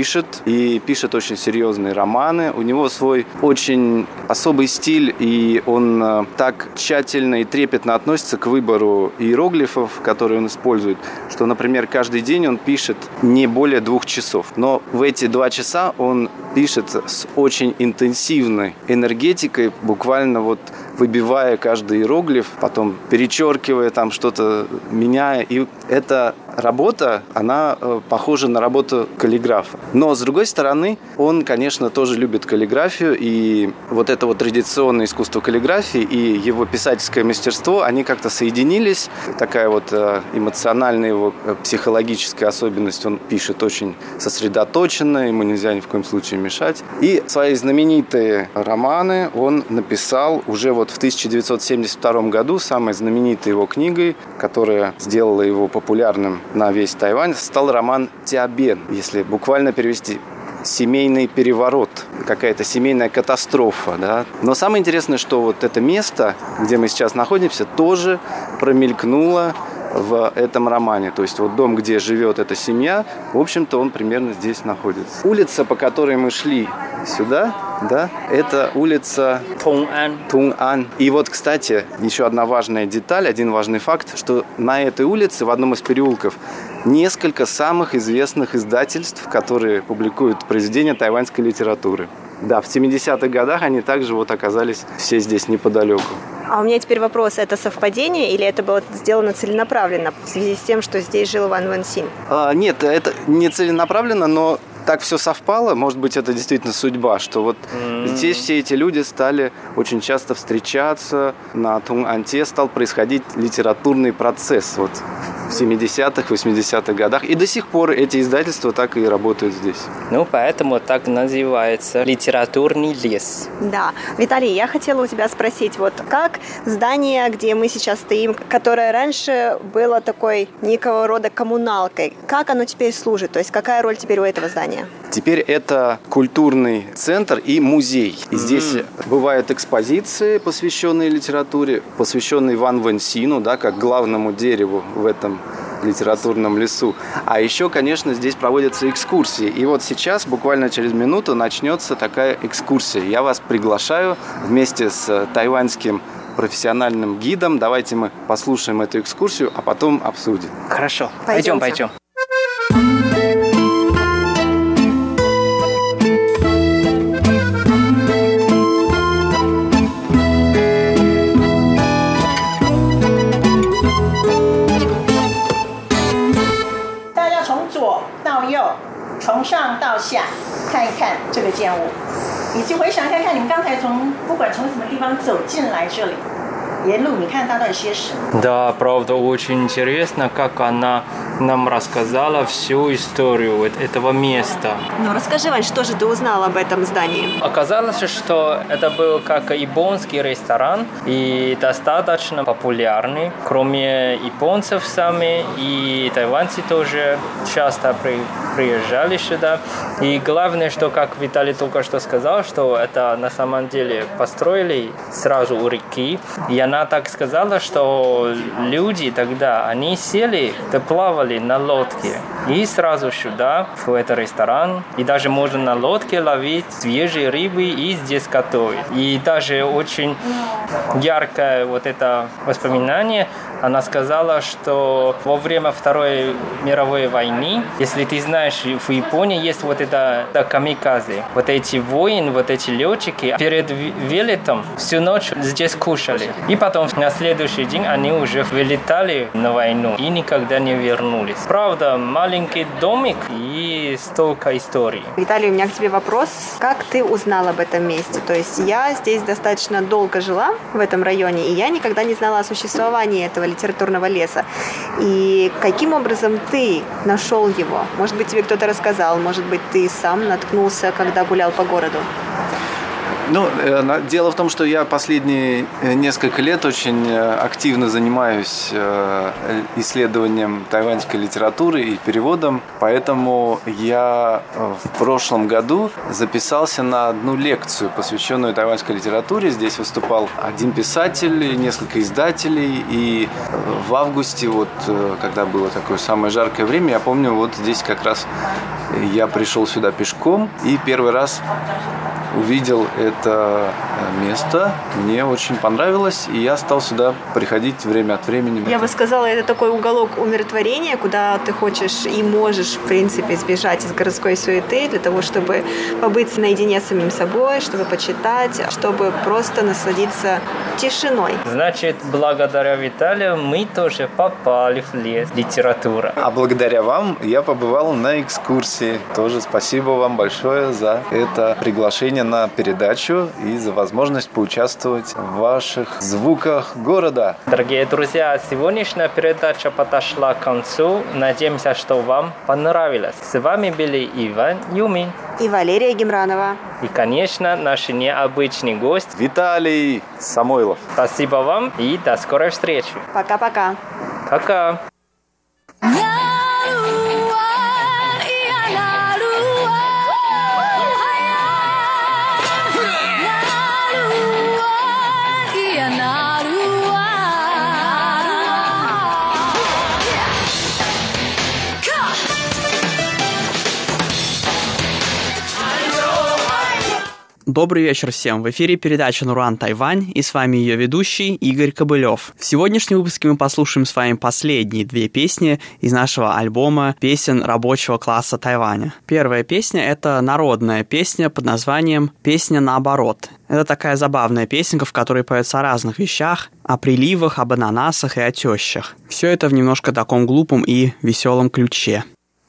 пишет очень серьезные романы. У него свой очень особый стиль, и он так тщательно и трепетно относится к выбору иероглифов, которые он использует, что, например, каждый день он пишет не более 2 часов. Но в эти 2 часа он пишет с очень интенсивной энергетикой, буквально вот выбивая каждый иероглиф, потом перечеркивая там что-то, меняя. И это работа, она похожа на работу каллиграфа. Но, с другой стороны, он, конечно, тоже любит каллиграфию, и вот это вот традиционное искусство каллиграфии и его писательское мастерство, они как-то соединились. Такая вот эмоциональная его психологическая особенность. Он пишет очень сосредоточенно, ему нельзя ни в коем случае мешать. И свои знаменитые романы он написал уже вот в 1972 году. Самой знаменитой его книгой, которая сделала его популярным на весь Тайвань, стал роман «Тиабен», если буквально перевести. Семейный переворот, какая-то семейная катастрофа, да. Но самое интересное, что вот это место, где мы сейчас находимся, тоже промелькнуло в этом романе. То есть вот дом, где живет эта семья, в общем-то, он примерно здесь находится. Улица, по которой мы шли сюда, да, это улица Тунг-Ан. И вот, кстати, еще одна важная деталь, один важный факт, что на этой улице, в одном из переулков, несколько самых известных издательств, которые публикуют произведения тайваньской литературы. Да, в 70-х годах они также вот оказались все здесь неподалеку.
А у меня теперь вопрос, это совпадение или это было сделано целенаправленно в связи с тем, что здесь жил Ван Вэнсин?
Нет, это не целенаправленно, но так все совпало, может быть, это действительно судьба, что вот здесь все эти люди стали очень часто встречаться, на Тунг-Анте стал происходить литературный процесс вот в 70-х, 80-х годах, и до сих пор эти издательства так и работают здесь.
Ну, поэтому так называется литературный лес.
Да. Виталий, я хотела у тебя спросить, вот как здание, где мы сейчас стоим, которое раньше было такой некого рода коммуналкой, как оно теперь служит? То есть какая роль теперь у этого здания?
Теперь это культурный центр и музей. И здесь бывают экспозиции, посвященные литературе, посвященные Ван Вэнсину, да, как главному дереву в этом литературном лесу. А еще, конечно, здесь проводятся экскурсии. И вот сейчас, буквально через минуту, начнется такая экскурсия. Я вас приглашаю вместе с тайваньским профессиональным гидом. Давайте мы послушаем эту экскурсию, а потом обсудим.
Хорошо, пойдем. Да, правда, очень интересно, как она нам рассказала всю историю этого места.
Ну, расскажи, Вань, что же ты узнал об этом здании?
Оказалось, что это был как японский ресторан и достаточно популярный. Кроме японцев сами, и тайваньцы тоже часто приезжали сюда. И главное, что, как Виталий только что сказал, что это на самом деле построили сразу у реки. И она так сказала, что люди тогда, они сели, плавали на лодке. И сразу сюда, в этот ресторан. И даже можно на лодке ловить свежие рыбы и здесь готовить. И даже очень яркое вот это воспоминание. Она сказала, что во время Второй мировой войны, если ты знаешь, в Японии есть вот это камикадзе. Вот эти воины, вот эти летчики перед вылетом всю ночь здесь кушали. И потом на следующий день они уже вылетали на войну и никогда не вернулись. Правда, маленький домик и столько историй.
Виталий, у меня к тебе вопрос. Как ты узнал об этом месте? То есть я здесь достаточно долго жила в этом районе, и я никогда не знала о существовании этого литературного леса. И каким образом ты нашел его? Может быть, тебе кто-то рассказал, может быть, ты сам наткнулся, когда гулял по городу?
Ну, дело в том, что я последние несколько лет очень активно занимаюсь исследованием тайваньской литературы и переводом, поэтому я в прошлом году записался на одну лекцию, посвященную тайваньской литературе. Здесь выступал один писатель, несколько издателей, и в августе, вот, когда было такое самое жаркое время, я помню, вот здесь как раз я пришел сюда пешком и первый раз увидел это место. Мне очень понравилось, и я стал сюда приходить время от времени.
Я бы сказала, это такой уголок умиротворения, куда ты хочешь и можешь, в принципе, сбежать из городской суеты для того, чтобы побыть наедине с самим собой, чтобы почитать, чтобы просто насладиться тишиной.
Значит, благодаря Виталию мы тоже попали в лес литературы.
А благодаря вам я побывал на экскурсии. Тоже спасибо вам большое за это приглашение на передачу и за возможность поучаствовать в ваших звуках города.
Дорогие друзья, сегодняшняя передача подошла к концу. Надеемся, что вам понравилось. С вами были Иван Юмин
и Валерия Гемранова.
И, конечно, наш необычный гость
Виталий Самойлов.
Спасибо вам и до скорой встречи.
Пока-пока.
Пока.
Добрый вечер всем. В эфире передача «Наруан Тайвань» и с вами ее ведущий Игорь Кобылев. В сегодняшнем выпуске мы послушаем с вами последние две песни из нашего альбома песен рабочего класса Тайваня. Первая песня — это народная песня под названием «Песня наоборот». Это такая забавная песенка, в которой поется о разных вещах, о приливах, об ананасах и о тещах. Все это в немножко таком глупом и веселом ключе.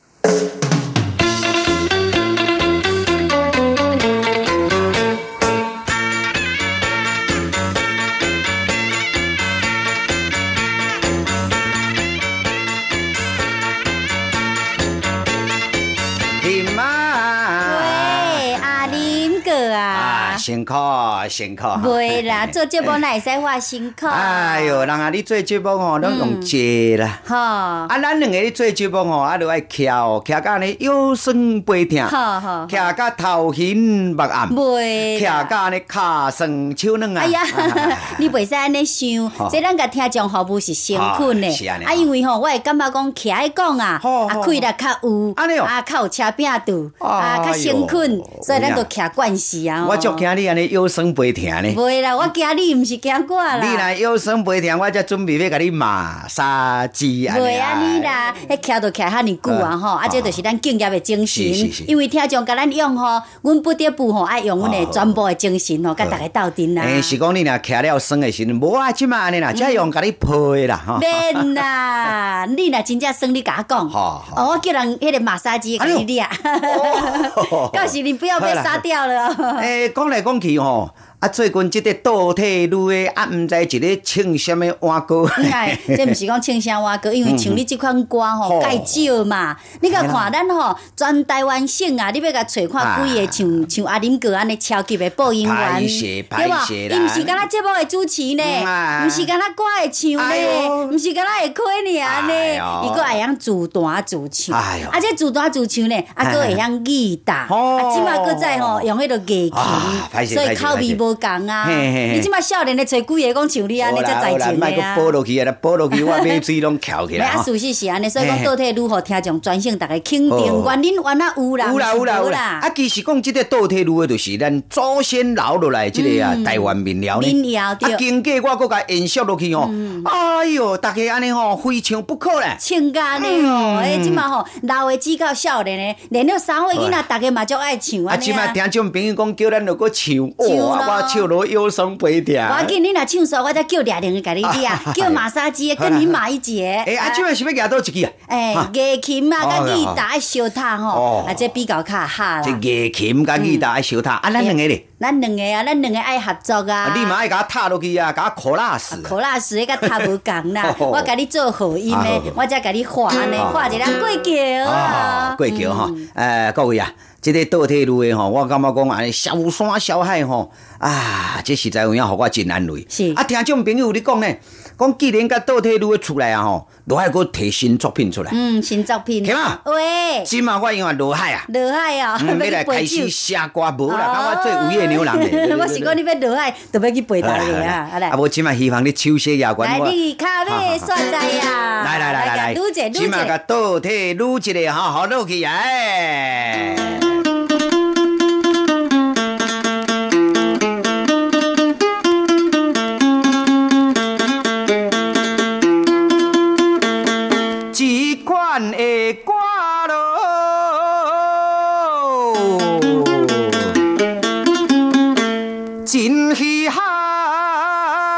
辛苦，辛苦。袂啦，做节目哪会使话辛苦？哎哟，人啊，你做节目吼，拢用坐啦。吼，啊，咱两个咧做节目吼，啊，就爱徛哦，徛到呢腰酸背痛，徛到头晕目暗，袂，徛到呢骹酸手软啊。哎呀，你袂使安尼想，这咱甲听众服务是诚恳的。是安尼。啊，因为吼，我会感觉讲徛爱讲啊，啊，气力较有，啊，较有车柄度，啊，较诚恳，所以咱就徛惯势啊。我足惊你安尼腰酸背痛呢。袂啦，我惊你，毋是惊我啦。你若腰酸背痛，我才准备要甲你马杀鸡安尼。袂安尼啦，迄徛就徛遐尼久啊吼，啊，这就是咱敬业的精神。因为听众甲咱用吼，阮不得不吼爱用阮的全部的精神吼，甲大家斗阵啦。诶，是讲你若徛了酸的时阵，无啊，即马安尼啦，才用甲你配啦吼。免啦，你若真正酸，你甲我讲。哦，我叫人迄个马杀鸡甲你掠。到时你不要被杀掉了。诶，讲来讲去吼。啊，最近即个倒退路的啊，毋知一个唱什么歌歌。这毋是讲唱啥歌歌，因为唱你即款歌吼介少嘛。你甲看咱吼，全台湾省啊，你要甲找看几个像阿林哥安尼超级的播音员，对无？伊毋是敢若节目的主持呢，毋是敢若歌会唱呢，毋是敢若会开尔呢，伊佫会晓自弹自唱。啊，这自弹自唱呢，啊，佫会晓吉他，啊，即马佫在吼用迄个乐器，所以口味无。讲啊！你即马少年咧找几个讲像你安尼才才情的啊！莫阁播落去啊！播落去，我尾水拢翘起来。啊，事实是安尼，所以讲倒退如何听众专省大家肯定，原因原来有啦，有啦。啊，其实讲即个倒退路的，就是咱祖先留落来即个啊台湾民谣呢。民谣对。啊，经过我佫甲延续落去吼，哎哟，大家安尼吼非唱不可咧。唱干呢吼，诶，即马吼老的只到少年的，连了3岁囡仔，大家嘛足爱唱啊。啊，即马听众朋友讲叫咱落去唱，哇！唱落腰酸背痛。我见你若唱煞，我才叫俩人甲你掠，叫马杀鸡跟你马一节。诶，啊，即摆是要夹倒一支啊？诶，乐琴啊，甲吉他爱相搭吼，啊，这比较较哈啦。这乐琴甲吉他爱相搭，啊，咱两个咧？咱两个爱合作啊。你嘛爱甲我踏落去啊，甲我考拉丝。考拉丝迄甲踏无共啦，我甲你做和音的，我才甲你画呢，画一个过桥啊。过桥吼，各位啊。这个倒退路的吼，我感觉讲安尼小山小海吼，啊，这实在有影互我真安慰。是啊，听众朋友你讲呢，讲既然甲倒退路的出来啊吼，罗海佫摕新作品出来。新作品。对嘛？喂，今嘛我因为罗海啊。罗海啊，要来开始写歌无啦，甲我做有业牛人咧。我是讲你要罗海，就要去背大个啊。啊，无今嘛希望你手写也管我。来，你卡尾煞在啊！来，今嘛甲倒退路一个好好落去哎。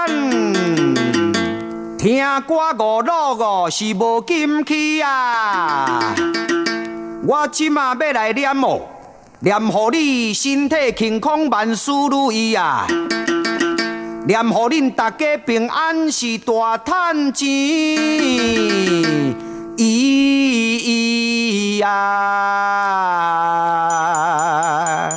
听歌五路五是无禁气啊！我即马要来念哦，念互你身体健康，万事如意啊！念互恁大家平安是大赚钱，咿呀！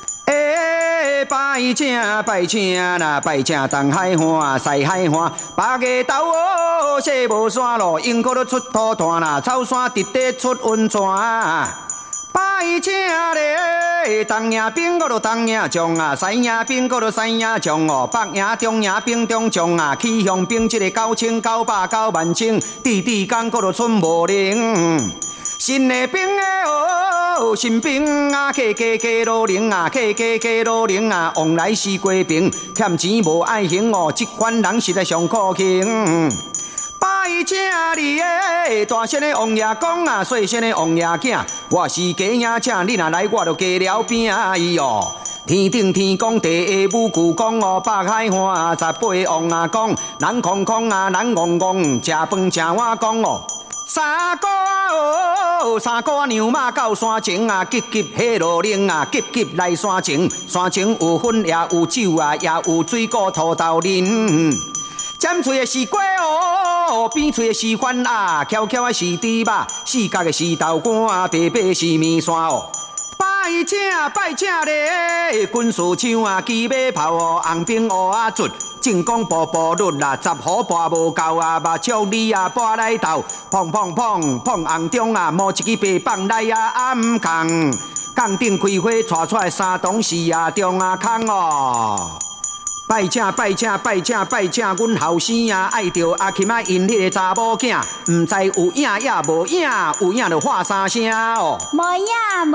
拜请拜请啦，拜请东海岸、西海岸，八月头哦，雪无山路，樱花都出土炭啦，草山直直出温泉。拜请咧，东营兵我就东营将啊，西营兵我就西营将哦，北营中营兵中将啊，起向兵这个99,990,000，滴滴讲我就寸无零。新的兵的哦，新兵啊，加路零啊，加路零啊，往来是过兵，欠钱无爱还哦，这款人实在上可行。拜请你的大声的王爷公啊，细声的王爷囝，我是鸡仔请，你若来我就加了饼伊哦。天顶天公地下武巨公哦，北海岸18王阿公，人空空啊，人戆戆，食饭食碗公哦。三哥哦，三哥娘马到山前啊，急急下路铃啊，急急来山前。山前有粉也有酒啊，也有水果土豆啉。尖嘴的是鸡哦，扁嘴的是番啊，翘翘的是猪肉，四角的是豆干，白白是面线哦。拜请咧，军事枪啊，机马炮哦，红兵乌啊卒，进攻步步率啦，10虎跋无够啊，目睭你啊跋来斗，砰砰砰砰红中啊，摸一支白棒来啊暗空，杠顶开花带出来三董事啊中啊空哦。拜请，阮后生啊，爱着阿琴啊，因迄个查某囝，毋知有影也无影，有影就喊三声哦。
无影，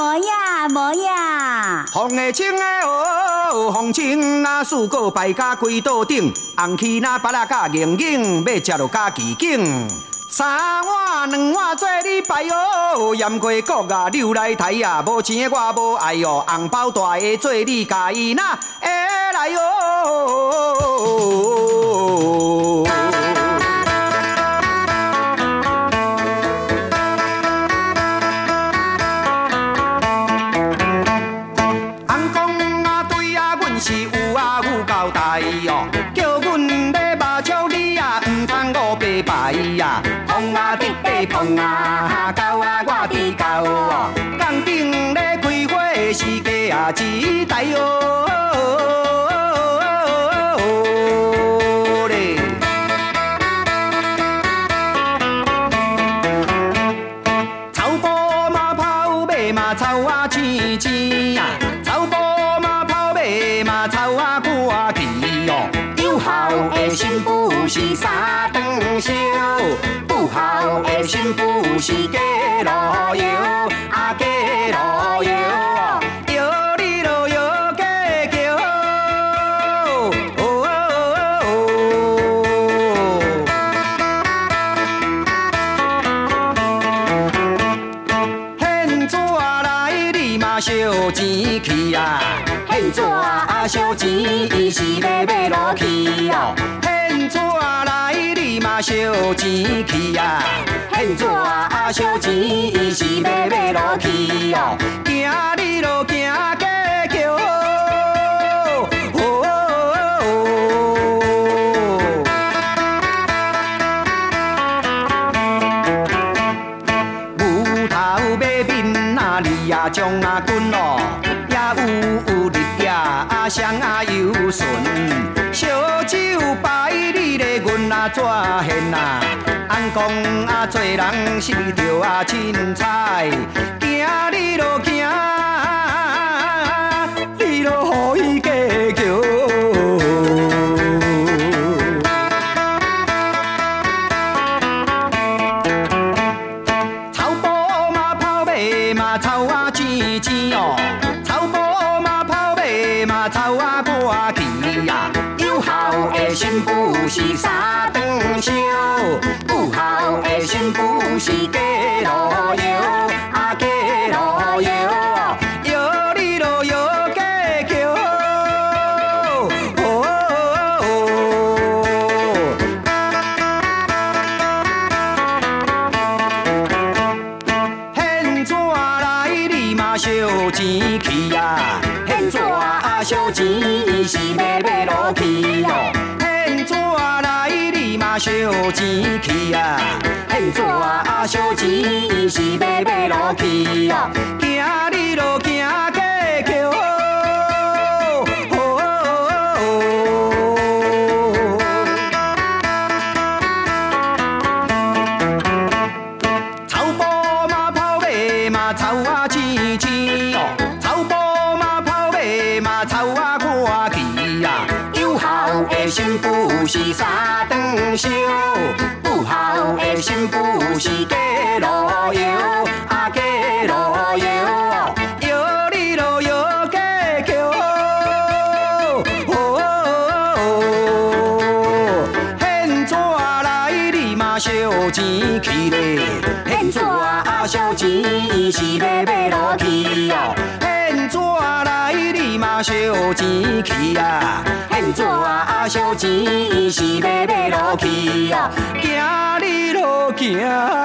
红的青的哦，红青啊，四个摆甲开桌顶，红旗那巴拉甲硬硬，要食就加奇景。三碗两碗做你拜哦，盐过国啊，溜来台啊，无钱的我无爱哦，红包大的做你家己那会来哦。红公啊对啊，阮是有啊有交代哦，叫阮咧目睭你啊，唔通五白白呀。碰啊直地碰啊，狗啊我伫狗哦，杠顶咧开花是鸡啊一台哦。草埔嘛跑马嘛草啊青青啊，草埔嘛跑马嘛草啊过去哦，有孝的新妇是三顿烧。不孝的新妇是鸡路油，啊鸡路油，摇你路摇鸡叫。现纸来你嘛烧钱去啊，现纸烧钱伊是要买落去哦。现纸来你嘛烧钱去啊，现纸烧钱伊是要买落去哦。行你路行鸡叫，牛头马面啊你啊将啊滚哦，也有日夜双啊游顺。烧酒摆你咧，阮啊怎现啊？俺讲啊，做人是着啊凊彩，行你路行，你路互伊加叫。草埔嘛跑马嘛草啊青青哦，草埔嘛跑马嘛草啊过去呀。有孝的新妇是三顿烧，不孝的新妇是鸡路油，啊鸡路油，摇你路摇鸡叫。 钱去啊，现怎啊烧钱是要落去啊？行你路行过桥。草埔嘛跑马嘛草啊青青哦，草埔嘛跑马嘛草啊看去啊。有孝的新妇是三顿烧，不孝的新妇是嫁路摇啊嫁路摇，摇你路摇过桥。现怎来你嘛烧钱去咧？现怎啊烧钱是要落去哦？现怎来你嘛烧钱去啊？现怎啊烧钱是要落去哦？行你路行。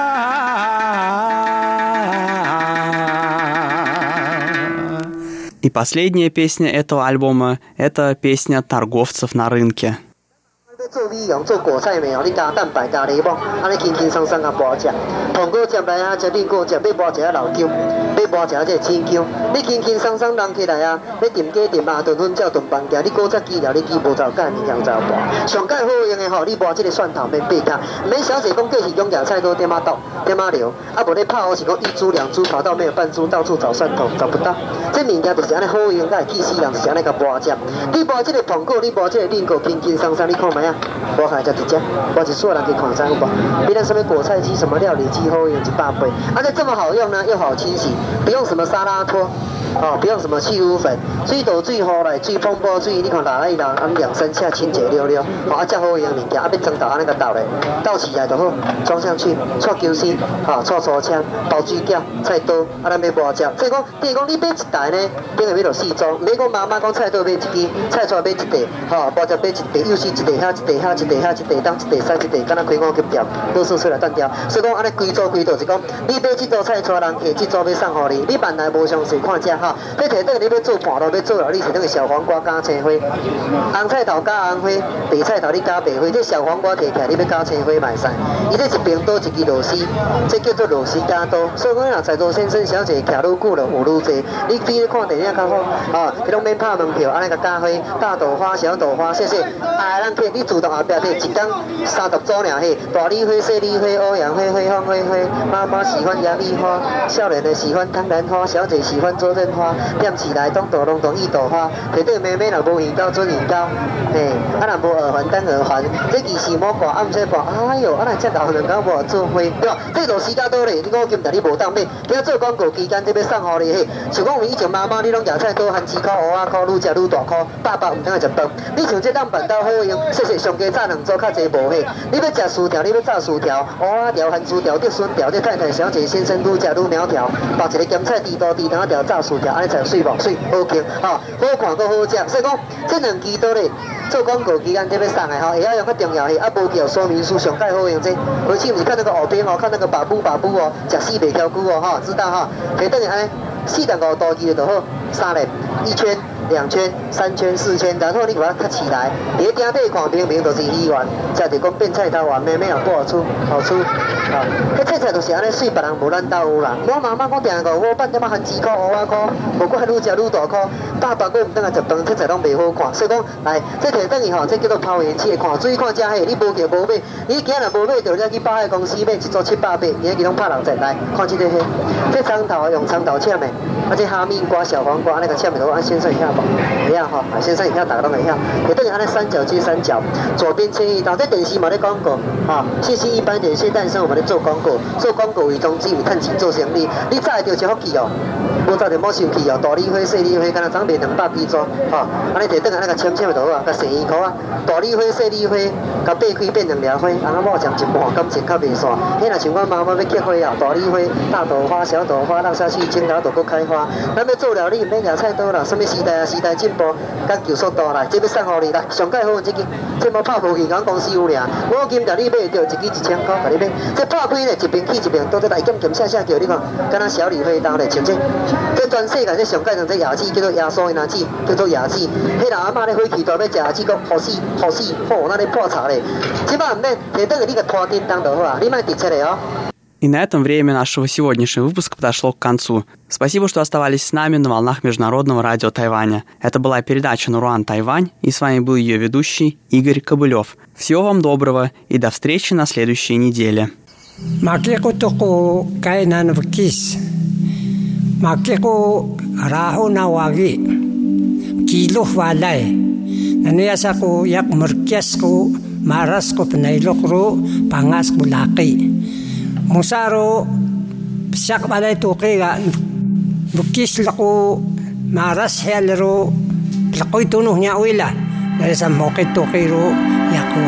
И последняя песня этого альбома – это песня торговцев на рынке.
做美容做果菜面哦，你加蛋白加柠檬，安尼轻轻松松啊包食。糖果接来啊，食面果食，要包一下老姜，要包一下这青姜。你轻轻松松人起来啊，你炖鸡炖鸭炖粉饺炖饭羹，你果汁机了，你记无走干面香走包。上盖好用的吼，你包这个蒜头免八角，免小姐讲过是讲野菜多点仔倒点仔料，啊无你泡是讲一株两株跑到没有半株，到处找蒜头找不到。这物件就是安尼好用，才会气死人，就是安尼甲包食。你包这个糖果，你包这个面果，轻轻松松，你看卖啊。我还在直接，我一所有人去看知有无？比咱什么果菜机、什么料理机好用100倍，而且这么好用呢，又好清洗，不用什么沙拉拖。哦，不用什么去污粉，水倒水好来，水碰泡水，你看拿来拿，按2-3下清洁溜溜，哦，啊，遮好用物件，啊，要蒸到安尼个倒咧，倒起来就好，装上去，搓姜丝，哈，搓酥肠，包水饺，菜刀，啊，咱要包食。所以讲，比如讲你买一台呢，顶下要落4种，唔免讲妈妈讲菜刀买1支，菜菜买1袋，哈，包只买1袋，又是1袋遐，1袋遐，1袋遐，1袋当1袋塞1袋，敢若开5级店，都算出来单调。所以讲安尼规组是讲，你买这组菜菜人客，这组要送互你，你万来无详细看遮。你摕倒你要做盘路，要做了，你摕倒个小黄瓜加青花，红菜头加红花，白菜头你加白花。这小黄瓜摕起来，你要加青花嘛会使。伊这一边倒1支螺丝，这叫做螺丝加刀。所以讲若在座先生小姐徛愈久了，有愈济。你比咧看电影较好，啊，你拢免拍门票，安尼甲加花，大豆花、小豆花，谢谢。啊，咱客你自动后壁摕一缸30组尔嘿，大梨花、小梨花、欧阳花、花芳花花。妈妈喜欢洋梨花，少年的喜欢汤兰花，小姐喜欢桌刃花。点起来，东朵龙朵一朵花，摕倒妹妹若无耳高准耳高，嘿，啊若无耳环等耳环，这其实莫挂暗说挂，哎哟，啊若遮老两工无做花，对吧？这螺丝加倒咧，你5金但你无当买，今做广告期间这要送互你嘿，像讲以前妈妈你拢野菜多含2块、5块，愈食愈大块，爸爸唔通食饭，你像这当办到好用，谢谢上加炸2组较济无嘿，你要食薯条，你要炸薯条，蚵仔条、番薯条、竹笋条，这太太小姐先生愈食愈苗条，包一个咸菜猪肚、猪胆条、炸薯条，安尼才水无水，好轻，吼，好看搁好食。所以讲，这2支倒咧做广告期间这要送的吼，会晓用较重要的，啊无叫说明书上盖好用这，回去毋是看那个后边哦，看那个把布哦，食死袂挑久哦，哈，知道哈？摕倒去安尼4.5刀机就好，3粒1圈。2圈、3圈、4圈，然后你把它卡起来，你顶底看明明就是鱼丸，食着讲变菜头丸，妹妹也不好吃，好吃。啊，迄菜菜就是安尼水，别人无咱兜有啦。我妈妈讲定个，我饭点仔含2块、5块，无过还愈食愈大块。爸爸佫唔等下食饭，菜菜拢袂好看。所以讲，来，这摕倒去吼，这叫做抛元气，看水看遮嘿，你无叫无买，你今日无买着，再去百货公司买一组700八，今日拢拍60来，看这个嘿，这葱头用葱头切的，啊这哈密瓜、小黄瓜，那个切的都按先生一下。会晓吼，先生以下大家拢会晓。就等于安尼三角接三角，左边切一刀。在电视嘛咧广告，哈，信息一般点，现诞生我们咧做广告，做广告为宗旨，为趁钱做生意。你早会着一福气哦，无早就莫生气哦。大梨花、小梨花，敢若总卖200几组，吼，安尼摕等下那个签签就好啊，甲剩2块啊。大梨花、小梨花，甲掰开变2粒花，翁某将一半，感情较袂散。迄若像阮妈妈要结花啊，大梨花、大豆花、小豆花，让下去青桃豆搁开花。咱要做料理，免野菜刀啦，什么时代啊？时代进步，讲求速度来，这要送互你来，上盖好用这支，这无拍无去，讲公司有俩。我今日你买着一支1000块，甲你买。这拍开咧，一边起一边倒，这来减下叫你看，敢若小李花刀咧，像这这全世界这上界上这牙齿叫做耶稣的牙齿，叫做牙齿。迄老阿妈咧火气大要食牙齿，讲好死，吼，那咧破茶咧。即摆唔免摕倒去你个拖叮当就好啊，你莫直切咧哦。
И на этом время нашего сегодняшнего выпуска подошло к концу. Спасибо, что оставались с нами на волнах Международного радио Тайваня. Это была передача «Наруан Тайвань», и с вами был ее ведущий Игорь Кобылев. Всего вам доброго и до встречи на следующей неделе.
Musaro siyak balay tuki ga bukis lako maras helero lakoy tunuh nya uila dari sa mokit tuki ro yakwa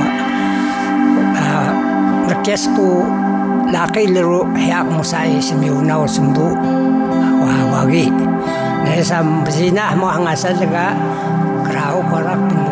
rekes ko lakay lero yak musay simiunaw sumbu wagi dari sa zina mo ang asal ga krao korak